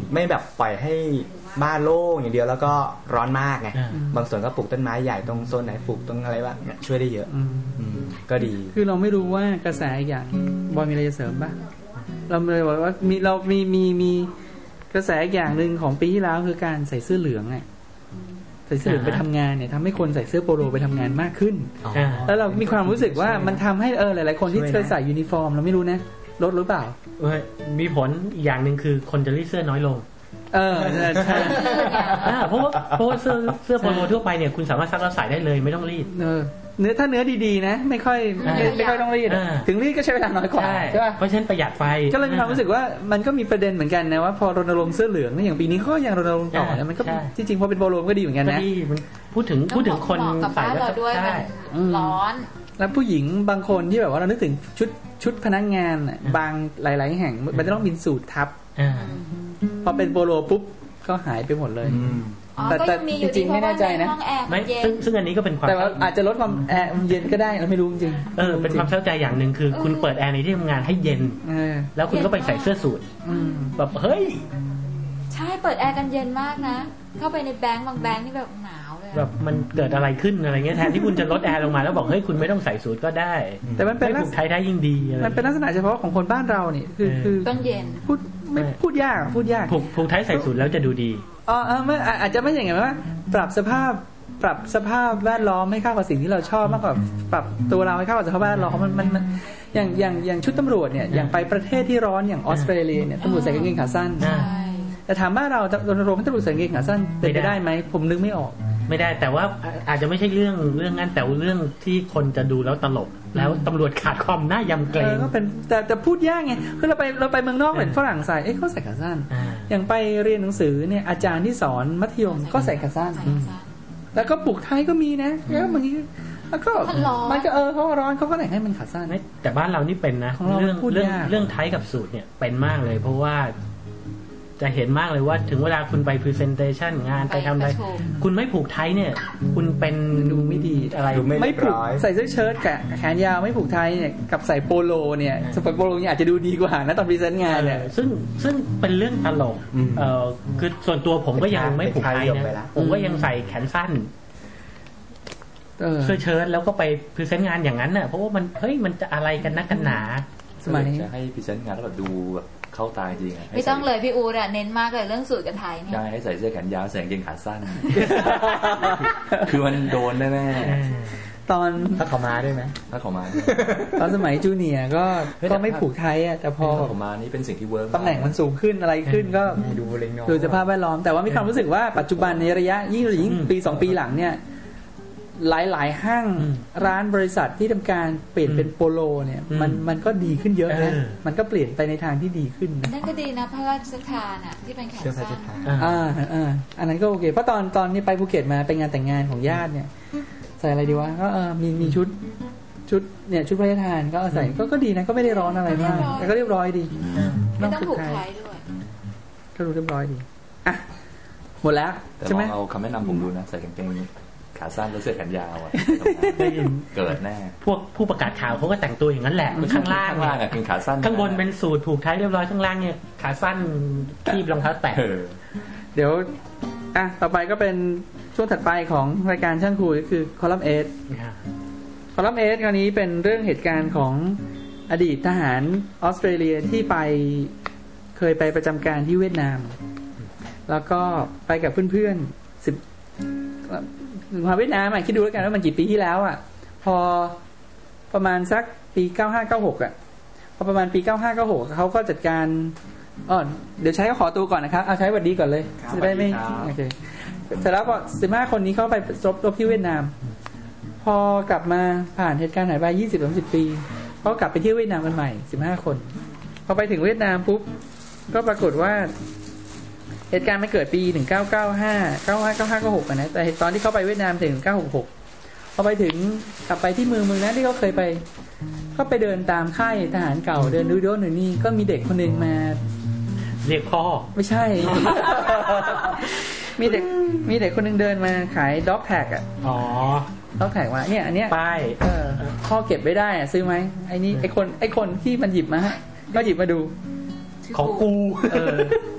S4: ไม่แบบปล่อยให้บ้านโล่งอย่างเดียวแล้วก็ร้อนมากไงบางส่วนก็ปลูกต้นไม้ใหญ่ตรงโซนไหนปลูกตรงอะไรบ้างเนี่ยช่วยได้เยอะก็ดี
S2: คือเราไม่รู้ว่ากระแสอย่างบอยมีอะไรจะเสริมป่ะเราเลยบอกว่ามีเรามีมีมีกระแสอย่างหนึ่งของปีที่แล้วคือการใส่เสื้อเหลืองไงใส่เสื้อเหลืองไปทำงานเนี่ยทำให้คนใส่เสื้อโปโลไปทำงานมากขึ้นแล้วเรามีความรู้สึกว่ามันทำให้เออหลายๆคนที่เคยใส่ยูนิฟอร์มเราไม่รู้นะลดหรือเปล่า
S3: มีผลอีกอย่างหนึ่งคือคนจะรีดเสื้อน้อยลง
S2: เออใช่
S3: เพราะว่าเพราะว่าเสื้อเสื้อโปโลทั่วไปเนี่ยคุณสามารถซักแล้วใส่ได้เลยไม่ต้องรีด
S2: เออเนื้อถ้าเนื้อดีๆนะไม่ค่อยไม่ค่อยต้องรีดถึงรีดก็ใช้เวลาน้อยกว่าใช่ป่ะ
S3: เพราะฉะนั้นประหยัดไฟ
S2: ก็เลยมีความรู้สึกว่ามันก็มีประเด็นเหมือนกันนะว่าพอรณรงค์เสื้อเหลืองอย่างปีนี้ก็ยังรณรงค์ต่อแล้วมันก็จริงๆพอเป็นโปโลก็ดีเหมือนกันนะ
S3: พูดถึงพูดถึงคนใส่แล้ว
S6: ได้ร้อน
S2: แล้วผู้หญิงบางคนที่แบบว่าเรานึกถึงชุดชุดพนักงานบางหลายๆแห่งมันจะต้องบินสูททับพอเป็นโปโลปุ๊บก็หายไปหมดเลย
S6: แต่แต่
S2: จริงๆไม่แน่ใจนะ
S3: ไม่ซึ่งซึ่งอันนี้ก็เป็นความ
S2: แต่ว่าอาจจะลดความแอร์เย็นก็ได้เราไม่รู้จริง
S3: เออเป็นความเข้าใจอย่างหนึ่งคือคุณเปิดแอร์ในที่ทำงานให้เย็นแล้วคุณก็ไปใส่เสื้อสูทแบบเฮ้ย
S6: ใช่เปิดแอร์กันเย็นมากนะเข้าไปในแบงค์บางแบงค์นี่แบบหนาวเลย
S3: แบบมันเกิดอะไรขึ้นอะไรเงี้ยแทนที่คุณจะลดแอร์ลงมาแล้วบอกเฮ้ยคุณไม่ต้องใส่สูทก็ได้
S2: แต่มันเป็น
S3: ลักษณะไทยได้ยิ่งดี
S2: มันเป็นลักษณะเฉพาะของคนบ้านเราเนี่ยคือคือ
S6: ต้องเย็น
S2: พูดไม่พูดยากพูดยาก
S3: ผูกผูกไทยใส่สูทแล้วจะดูดี
S2: อ๋อไม่อาจจะไม่อย่างไงว่าปรับสภาพปรับสภาพแวดล้อมให้เข้ากับสิ่งที่เราชอบมากกว่าปรับตัวเราให้เข้ากับสภาพแวดล้อมมันมันอย่างอย่างอย่างชุดตำรวจเนี่ยอย่างไปประเทศที่ร้อนอย่างออสเตรเลียเนี่ยตำรวจใส่กางเกงขาสั้นแต่ถามว่าเรารณรงค์ให้ตำรวจใส่กางเกงขาสั้นเป็นไปได้ไหมผมนึกไม่ออก
S3: ไม่ได้แต่ว่าอาจจะไม่ใช่เรื่องเรื่องนั้นแต่เรื่องที่คนจะดูแล้วตลกแล้วตำรวจขาดความน่ายำเกรง
S2: ก็เป็นแต่แต่พูดยากไงคือเราไปเราไปเมืองนอกเห็นฝรั่งใส่เอ๊ะเขาใส่ขาสั้นอย่างไปเรียนหนังสือเนี่ยอาจารย์ที่สอนมัธยมก็ใส่ขาสั้นแล้วก็ปลูกไทยก็มีนะแล้วบางทีแล้วก็มันก็เออเขาร้อนเขาก็แต่งให้มันขาสั้น
S3: แต่บ้านเรานี่เป็นนะเรื่องเรื่องเรื่องไทยกับสูทเนี่ยเป็นมากเลยเพราะว่าจะเห็นมากเลยว่าถึงเวลาคุณไปพรีเซนเทชันงานไปทำอะไรคุณไม่ผูกไทยเนี่ยคุณเป็น
S2: ดูไม่ดี
S3: อะไร
S2: ไม่ผูกใส่เสื้อเชิ้ตกับแขนยาวไม่ผูกไทยเนี่ยกับใส่โปโลเนี่ยสปอร์ตโปโลเนี่ยอาจจะดูดีกว่านะตอนพรีเซนต์งานเนี่ย
S3: ซึ่งซึ่งเป็นเรื่องตลกเอ่อคือส่วนตัวผมก็ยังไม่ผูกไทยนะผมก็ยังใส่แขนสั้นเสื้อเชิ้ตแล้วก็ไปพรีเซนต์งานอย่างนั้นน่ะเพราะว่ามันเฮ้ยมันจะอะไรกันนักกันหนา
S5: สมัยจะให้พรีเซนต์งานแล้วแบบดูแบบเข้าตาจริง
S6: ไม่ต้องเลยพี่อู๋เน้นมากเลยเรื่องสูทกับไทย
S5: เนี่ยใช่ให้ใส่เสื้อแขนยาวใส่กางเกงขาสั้นคือมันโดนแน่
S2: ๆตอน
S4: ถ้าเขามาได้ไหม
S5: ถ้าเขามา
S2: ตอนสมัยจูเนียร์ก็ก็ไม่ผูกไทยอ่ะแต่พอ
S5: เขามานี่เป็นสิ่งที่เวิร์ก
S2: ตำแหน่งมันสูงขึ้นอะไรขึ้นก็
S4: ดูเล็กน้อย
S2: ดูสภาพแวดล้อมแต่ว่ามีความรู้สึกว่าปัจจุบันในระยะยิ่งยิ่งปีสองปีหลังเนี่ยหลายๆห้างร้านบริษัทที่ทำการเปลี่ยนเป็นโปโลเนี่ยมันมันก็ดีขึ้นเยอะนะมันก็เปลี่ยนไปในทางที่ดีขึ้นนะ
S6: นั่นก็ดีนะเพราะว่าเสื้อทานอ่ะที่เป็นแขนสั้น
S2: อ่าอ่าอันนั้นก็โอเคเพราะตอนตอนนี้ไปภูเก็ตมาไปงานแต่งงานของญาติเนี่ยใส่อะไรดีวะก็เออมีมีชุดชุดเนี่ยชุดพระราชทานก็ใส่ก็ก็ดีนะก็ไม่ได้ร้อนอะไรมากแต่ก็เรียบร้อยดี
S6: ไม่ต้องผูกไทยด้วย
S2: ก็ดูเรียบร้อยดีอ่ะหมดแล้วใช่ไหม
S5: เอาคำแนะนำผมดูนะใส่กางเกงขาสั้นแล้วเสื้อแขนยาวอ่ะเกิดแน่
S3: พวกผู้ประกาศข่าวเขาก็แต่งตัวอย่างนั้นแหละข้างล่าง
S5: ข้างล่างเป็นขาสั้น
S3: ข้างบนเป็นสูทผูกไทยเรียบร้อยข้างล่างเนี่ยขาสั้นคีบรองเท้าแตะ
S2: เดี๋ยวอ่ะต่อไปก็เป็นช่วงถัดไปของรายการช่างคุยก็คือคอลัมน์เอสคอลัมน์เอสคราวนี้เป็นเรื่องเหตุการณ์ของอดีตทหารออสเตรเลียที่ไปเคยไปประจำการที่เวียดนามแล้วก็ไปกับเพื่อนๆสิบมาเวียดนามอ่ะคิดดูแล้วกันว่ามันกี่ปีที่แล้วอ่ะพอประมาณสักปีเก้าห้าเก้าหกอ่ะพอประมาณปีเก้าห้าเก้าหกเขาก็จัดการอ๋อเดี๋ยวใช้ก็ขอตัวก่อนนะครับเอาใช้วันดีก่อนเลยจะได้ไม่โอเคเสร็จแล้วก็สิบห้าคนนี้เขาไปรบรบที่เวียดนามพอกลับมาผ่านเหตุการณ์ไหนไปยี่สิบ สามสิบปีเขากลับไปที่เวียดนามกันใหม่สิบห้าคนพอไปถึงเวียดนามปุ๊บก็ปรากฏว่าเหตุการณ์มันเกิดปีหนึ่งเก้าเก้าห้า เก้าห้า เก้าห้า เก้าหกอ่ะนะแต่ตอนที่เขาไปเวียดนามถึงเก้าหกหกพอไปถึงกลับไปที่เมืองเมืองนั้นที่เขาเคยไปก็ไปเดินตามค่ายทหารเก่าเดินดูโน่นดูนี่ก็มีเด็กคนนึงมา
S3: เรียกพ่อ
S2: ไม่ใช่ มีเด็กมีเด็กคนนึงเดินมาขายด็อกแท็กอ่ะ
S3: อ๋อ
S2: ด็อกแท็กว่าเนี่ยอันเนี้ย
S3: ป้าย
S2: เออพ่อเก็บไว้ได้อ่ะซื้อไหมไอ้นี่ไอ้คนไอ้คนที่มันหยิบมาฮะก็หยิบมาดู
S3: ของกู
S2: เออ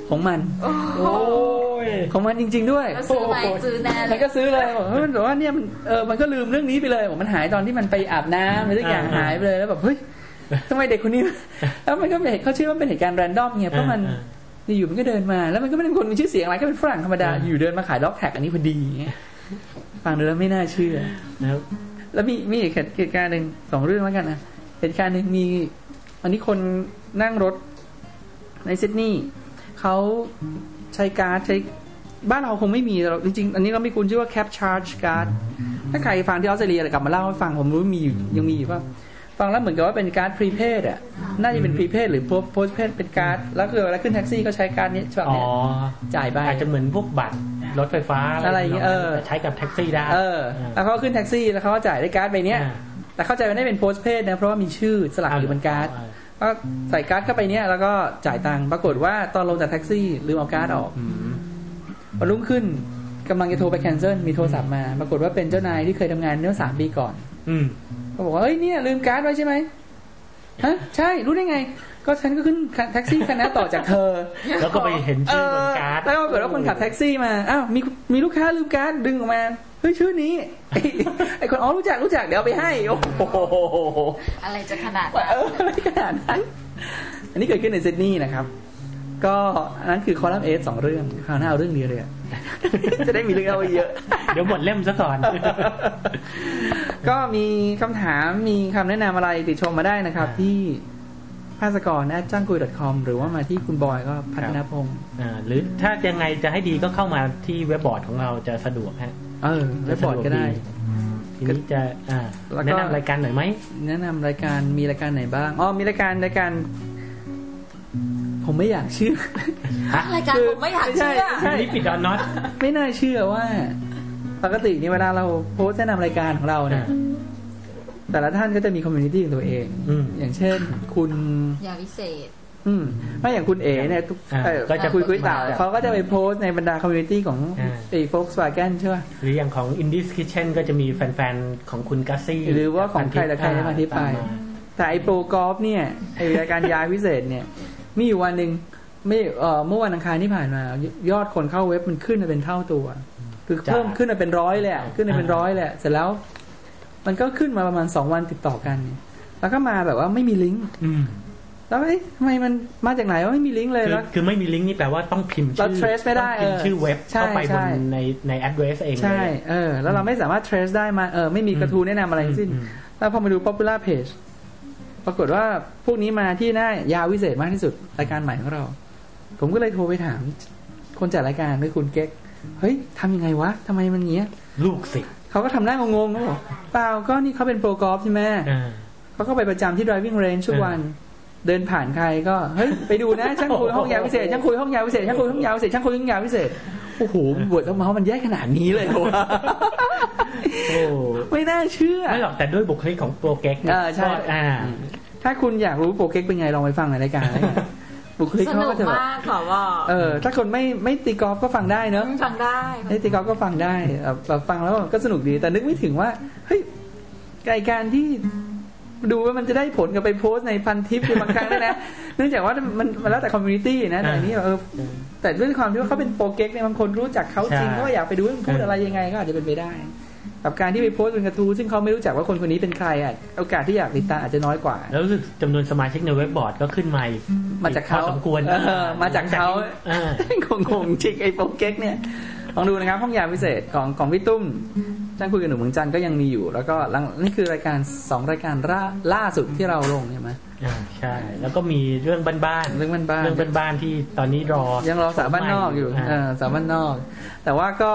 S7: ของมัน
S3: โอ้ย
S7: ของมันจริงๆด้วย
S6: ซื้อไหมซื้อแน่เลย
S7: ก็ซื้อเลยบอกมันบอกว่าเนี่ยมันเออมันก็ลืมเรื่องนี้ไปเลยบอกมันหายตอนที่มันไปอาบน้ำอะไรทุกอย่างหายไปเลยแล้วแบบเฮ้ยทำไมเด็กคนนี้แล้วมันก็เห็นเขาเชื่อว่าเป็นเหตุการณ์แรนดอมไงเพราะมันอยู่มันก็เดินมาแล้วมันก็ไม่ได้คนมีชื่อเสียงอะไรก็เป็นฝรั่งธรรมดาอยู่เดินมาขายด็อกแท็กอันนี้พอดีฟังดูแล้วไม่น่าเชื่อแล้วมีมีอีกเหตุการณ์หนึ่งสองเรื่องแล้วกันนะเหตุการณ์หนึ่งมีวันนี้คนนั่งรถในซิดนีย์เขาใช้การ์ดใช้บ้านเราคงไม่มีจริงๆอันนี้เราไม่คุ้นชื่อว่า cap charge card ถ้าใครฟังที่ออสเตรเลียกลับมาเล่าให้ฟังผมรู้มีอยู่ยังมีอยู่ป่ะฟังแล้วเหมือนกับว่าเป็นการ์ด prepaid อ่ะน่าจะเป็น prepaid หรือ postpaid เป็นการ์ดแล้วคือเวลาขึ้นแท็กซี่ก็ใช้การ์ดนี้ฉบับนี้จ่ายไป
S3: อาจจะเหมือนพวกบัตรรถไฟฟ้า
S7: อะไรอย่างเงี้ยเออ
S3: ใช้กับแท็กซี่ได้
S7: เออแล้วเขาขึ้นแท็กซี่แล้วเขาก็จ่ายด้วยการ์ดใบเนี้ยแต่เข้าใจว่าไม่เป็น postpaid นะเพราะว่ามีชื่อสลักอยู่บนการ์ดก็ใส่การ์ดเข้าไปเนี้ยแล้วก็จ่ายตังค์ปรากฏว่าตอนลงจากแท็กซี่ลืมเอาการ์ดออกพอรุ่งขึ้นกำลังจะโทรไปแคนเซิลมีโทรศัพท์มาปรากฏว่าเป็นเจ้านายที่เคยทำงานเมื่อสามปีก่อนก็บอกว่าเฮ้ยเนี่ยลืมการ์ดไว้ใช่ไหมฮะใช่รู้ได้ไงก็ฉันก็ขึ้นแท็กซี่คันนั้นต่อจากเธอ
S3: แล้วก็ไปเห็นชื่อบนการ์ด
S7: แล้วก็เกิดว่าคนขับแท็กซี่มาอ้าวมีมีลูกค้าลืมการ์ดดึงออกมาเฮ้ยชื่อนี้ไอ้คนอ๋อรู้จักรู้จักเดี๋ยวเอาไปให้โอ้โห
S6: อะไรจะขนาดนั้น
S7: อะไรขนาดนั้นอันนี้เกิดขึ้นในซิดนีย์นะครับก็อันนั้นคือคอลัมน์เอสสองเรื่องคราวหน้าเอาเรื่องเดียวเลยจะได้มีเรื่องเอาเยอะ
S3: เดี๋ยวหมดเล่มซะก่อน
S7: ก็มีคำถามมีคำแนะนำอะไรติชมมาได้นะครับที่ภาสกร แอท จ้างคุย ดอท คอม หรือว่ามาที่คุณบอยก็พัฒนพงศ์
S3: หรือถ้ายังไงจะให้ดีก็เข้ามาที่เว็บบอร์ดของเราจะสะดวกฮะ
S7: เออเว็บบอร์ดก็ได้
S3: ทีนี้จะแนะนำรายการหน่อยไหม
S7: แนะนำรายการมีรายการไหนบ้างอ๋อมีรายการรายการผมไม่อยากเชื่อ
S6: รายการผมไม่อยากเชื่อ
S3: นี่ปิดดอนน็อต
S7: ไม่น่าเชื่อว่าปกตินี่เวลาเราโพสต์แนะนำรายการของเราเนี่ยแต่ละท่านก็จะมีคอมมูนิตี้ของตัวเองอย่างเช่นคุณ
S6: ยาวิเศษ
S7: อืมไม่อย่างคุณเอ๋เนี่ยก็จะคุยคุยต่างเขาก็จะไปโพสต์ในบรรดาคอมมูนิตี้ของไอ้ Volkswagen ใช่ป่ะ
S3: หรืออย่างของ Indies Kitchen ก็จะมีแฟนๆของคุณกัสซี่
S7: หรือว่าของใครละใครมาที่ไปแต่ไอ้โปรกอล์ฟเนี่ยไอ้รายการยาวิเศษเนี่ยมีอยู่วันนึงไม่เอ่อเมื่อวันอังคารที่ผ่านมายอดคนเข้าเว็บมันขึ้นมาเป็นเท่าตัวคือเพิ่มขึ้นมาเป็นร้อยเลยอ่ะขึ้นมาเป็นร้อยเลยเสร็จแล้วมันก็ขึ้นมาประมาณสองวันติดต่อกันแล้วก็มาแบบว่าไม่มีลิงก์แล้วเอ๊ะทำไมมันมาจากไหนว่าไม่มีลิงก์เลยแล้ว
S3: คือไม่มีลิงก์นี่แปลว่าต้องพิมพ์ชื่อ
S7: trace ไม่ได้
S3: พิมพ์ชื่อเว็บเข้าไปบนในใน address เองเลย
S7: ใช่เออแล้วเราไม่สามารถ trace ได้มาเออไม่มีกระทู้แนะนำอะไรทั้งสิ้นแล้วพอมาดู popular page ปรากฏว่าพวกนี้มาที่หน้ายาวิเศษมากที่สุดรายการใหม่ของเราผมก็เลยโทรไปถามคนจัดรายการคือคุณเก๊กเฮ้ยทำยังไงวะทำไมมันเงี้ย
S3: ลูกศิษย์
S7: เขาก็ทำหน้างงๆเขาบอกเปล่าก็นี่เขาเป็นโปรกอล์ฟใช่ไหมเขาก็ไปประจำที่ driving range ทุกวันเดินผ่านใครก็เฮ้ยไปดูนะช่างคุยห้องยาวิเศษช่างคุยห้องยาวิเศษช่างคุยห้องยาวิเศษช่างคุยห้องยาวิเศษโอ้โหบวชออกมามันแย่ขนาดนี้เลยว่ะโอ้ไม่น่าเชื่อ
S3: ไม่หรอกแต่ด้วยบุคลิกของโปรเก๊ก
S7: อ่าใช่อ่าถ้าคุณอยากรู้โปรเก๊กเป็นไงลองไปฟังในรายการบุคลิกเขาก็จะแบบเออถ้าคนไม่ไม่ตีกอล์ฟก็ฟังได้เนอะ
S6: ฟังได้
S7: ไม่ตีกอล์ฟก็ฟังได้แบบฟังแล้วก็สนุกดีแต่นึกไม่ถึงว่าเฮ้ยรายการที่ดูว่ามันจะได้ผลกับไปโพสในพันทิปบางครั้งได้นะเนื่องจากว่ามันมันแล้วแต่คอมมูนิตี้นะแต่อันนี้เออแต่ด้วยความที่ว่าเขาเป็นโปรเก๊กเนี่ยบางคนรู้จักเขาจริงก็อยากไปดูว่าพูดอะไรยังไงก็อาจจะเป็นไปได้กับการที่ไปโพสเป็นกระทู้ซึ่งเขาไม่รู้จักว่าคนคนนี้เป็นใครอ่ะโอกาสที่อยากติดตามอาจจะน้อยกว่า
S3: แล้วรู้สึกจำนวนสมาชิกในเว็บบอร์ดก็ขึ้นมา
S7: มาจากเขา
S3: สมควร
S7: มาจากเขาคงๆจิกไอ้โปรเก๊กเนี่ยลองดูนะครับห้องยาพิเศษของของพี่ตุ้มจ้างคุยกับหนุ่มเมืองจันทร์ก็ยังมีอยู่แล้วก็นี่คือรายการสองรายการล่าล่าสุดที่เราลงใช่ไหม
S3: อ่าใช่แล้วก็มีเรื่องบ้านๆ
S7: เรื่องบ้านๆ
S3: เรื่องบ้านๆที่ตอนนี้รอ
S7: ยังรอสาวบ้านนอกอยู่เออสาวบ้านนอกแต่ว่าก็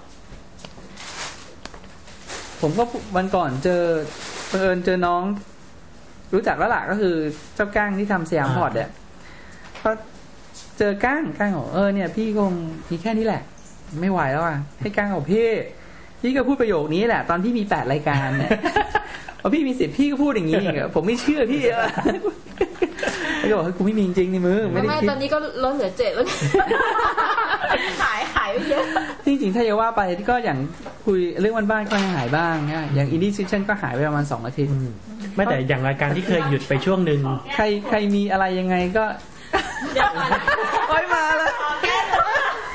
S7: ผมก็วันก่อนเจอบังเอิญเจอน้องรู้จักแล้วล่ะก็คือเจ้าก้างที่ทำสยามพอร์ตเนี่ยก็เจอก้างก้างบอกเออเนี่ยพี่คงมีแค่นี้แหละไม่ไหวแล้วอ่ะให้ก้างบอกพี่พี่ก็พูดประโยคนี้แหละตอนที่มีแปดรายการเนี่ยพอพี่มีสิบพี่ก็พูดอย่างนี้ผมไม่เชื่อพี่อ่ะก็บอกเฮ้ยกูไม่มีจริงในมือ
S6: ไม่ได้คิดตอนนี้ก็ลดเหลือเจ็ดแล้วหายหายไปเยอะ
S7: จริงๆถ้าจะว่าไปก็อย่างคุยเรื่องบ้านๆก็หายบ้างนะอย่าง Indie Kitchen ก็หายไปประมาณสองอาทิตย์
S3: ไม่แต่อย่างรายการที่เคยหยุดไปช่วงนึง
S7: ใครใครมีอะไรยังไงก็โอ้ยมาแล้ว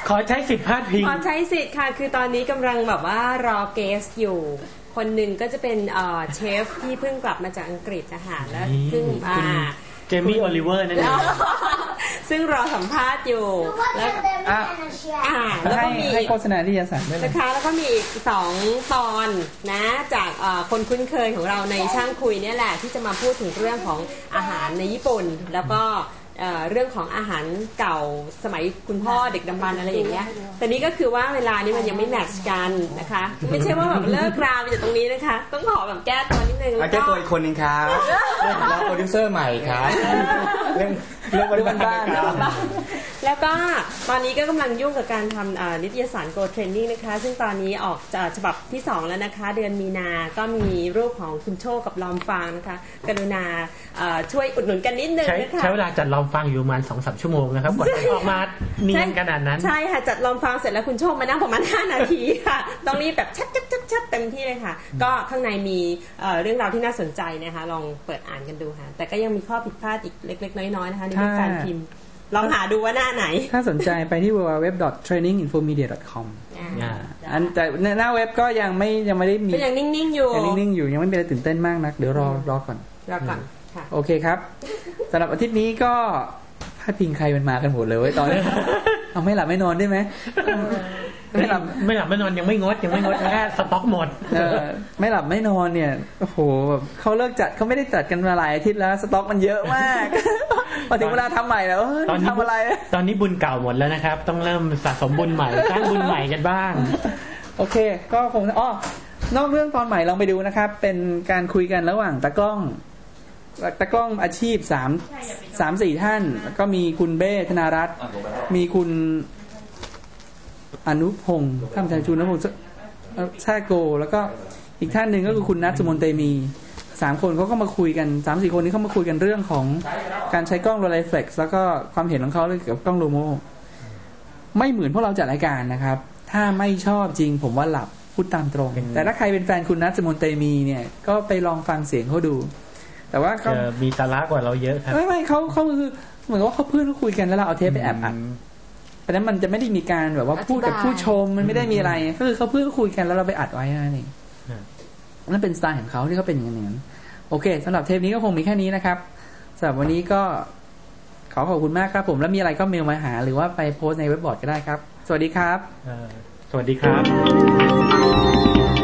S3: ขอใช้สิทธิ์พาดพิง
S8: ขอใช้สิทธิ์ค่ะคือตอนนี้กำลังแบบว่ารอเกสอยู่คนหนึ่งก็จะเป็นเชฟที่เพิ่งกลับมาจากอังกฤษนะคะแล้วเพิ่งอ่า
S3: เจมี่โอลิเวอร์นั่นเอง
S8: ซึ่งรอสัมภาษณ์อยู่แล้วอ่าแล้วก็มี
S2: ให้โฆษณาที่ยสารด้วย
S8: นะคะแล้วก็มีอีกสองตอนนะจากคนคุ้นเคยของเราในช่างคุยเนี่ยแหละที่จะมาพูดถึงเรื่องของอาหารในญี่ปุ่นแล้วก็เรื่องของอาหารเก่าสมัยคุณพ่อเด็กดำบรรพ์อะไรอย่างเงี้ยแต่นี้ก็คือว่าเวลานี้มันยังไม่แมทช์กันนะคะไม่ใช่ว่าแบบเลิกราไปจากตรงนี้นะคะต้องขอแบบแก้ตัวนิดนึง
S4: แล้วก็แก้ตัวอีกคนนึงครับแล้วโปรดิวเซอร์ใหม่ครับเรื่องเรื่องบ้าน
S8: ๆแล้วก็ตอนนี้ก็กำลังยุ่งกับการทำนิตยสาร Go Training นะคะซึ่งตอนนี้ออกฉบับที่สองแล้วนะคะเดือนมีนาก็มีรูปของคุณโชคกับลอมฟางนะคะกรุณาช่วยอุดหนุนกันนิดนึงนะคะ
S3: ใช้เวลาจัดลอมฟังอยู่ประมาณ สองถึงสาม ชั่วโมงนะครับกว่าจะออกมาเนียนขนาดนั้น
S8: ใช่ค่ะจัดลอมฟังเสร็จแล้วคุณโชคมานั่งประมาณห้านาทีค่ะต้องรีบแบบชัดๆๆๆเต็มที่เลยค่ะก็ข้างในมีเรื่องราวที่น่าสนใจนะคะลองเปิดอ่านกันดูค่ะแต่ก็ยังมีข้อผิดพลาดอีกเล็กๆน้อยๆนะคะในเรื่องการพิมพ์ลองหาดูว่าหน้าไหน
S2: ถ้าสนใจไปที่ ดับเบิลยู ดับเบิลยู ดับเบิลยู ดอท เทรนนิ่ง อินโฟมีเดีย ดอท คอม อันแต่หน้าเว็บก็ยังไม่ยังไม่ได้มี
S8: ก็ยังนิ่งๆอยู่
S2: ยังนิ่งๆอยู่ยังไม่มีอะไรตื่นเต้นมากนักเดี๋ยวรอรอก่อน
S8: รอก่อนค่ะ
S2: โอเคครับสำหรับอาทิตย์นี้ก็พาดพิงใครมันมากันหมดเลยตอนนี้เอาไม่หลับไม่นอนได้ไหม
S3: ไม่หลับไม่หลับไม่นอนยังไม่งดยังไม่งดแค่สต็อกหมด
S2: ไม่หลับไม่นอนเนี่ยโอ้โหแบบเขาเลิกจัดเขาไม่ได้จัดกันมาหลายอาทิตย์แล้วสต็อกมันเยอะมากพอถึงเวลาทำใหม่แล้ว
S3: ตอนนี้ทำอะไรตอนนี้บุญเก่าหมดแล้วนะครับต้องเริ่มสะสมบุญใหม่สร้างบุญใหม่กันบ้าง
S2: โอเคก็คงอ๋อนอกเรื่องตอนใหม่ลองไปดูนะครับเป็นการคุยกันระหว่างตากล้องตากล้องอาชีพสามสามสี่ท่านแล้วก็มีคุณเบ้ธนารัตน์มีคุณอนุพงศ์ข้ามชายชูนพงศ์ชาโกแล้วก็อีกท่านหนึ่งก็คือคุณนัทสมนเตมีสามคนเขาก็มาคุยกันสามสี่คนนี้เขามาคุยกันเรื่องของการใช้กล้องโรไลเฟล็กซ์แล้วก็ความเห็นของเขาเกี่ยวกับกล้องโลโมไม่เหมือนพวกเราจัดรายการนะครับถ้าไม่ชอบจริงผมว่าหลับพูดตามตรงแต่ถ้าใครเป็นแฟนคุณนัทสมนเตมีเนี่ยก็ไปลองฟังเสียงเขาดูแต่ว่า
S3: เขามีสาระกว่าเราเยอะครับ
S2: ไม่ไม่เขาเขาคือเหมือนว่าเขาเพื่อนเขาคุยกันแล้วเราเอาเทปไปแอบอัดเพราะนั้นมันจะไม่ได้มีการแบบว่าพูดกับผู้ชมมันไม่ได้มีอะไรก็คือเขาเพื่อนคุยกันแล้วเราไปอัดไว้นั่นเองนั่นเป็นสไตล์ของเขาที่เขาเป็นอย่างนั้นโอเคสำหรับเทปนี้ก็คงมีแค่นี้นะครับสำหรับวันนี้ก็ขอขอบคุณมากครับผมแล้วมีอะไรก็เมลมาหาหรือว่าไปโพสในเว็บบอร์ดก็ได้ครับสวัสดีครับ
S3: สวัสดีครับ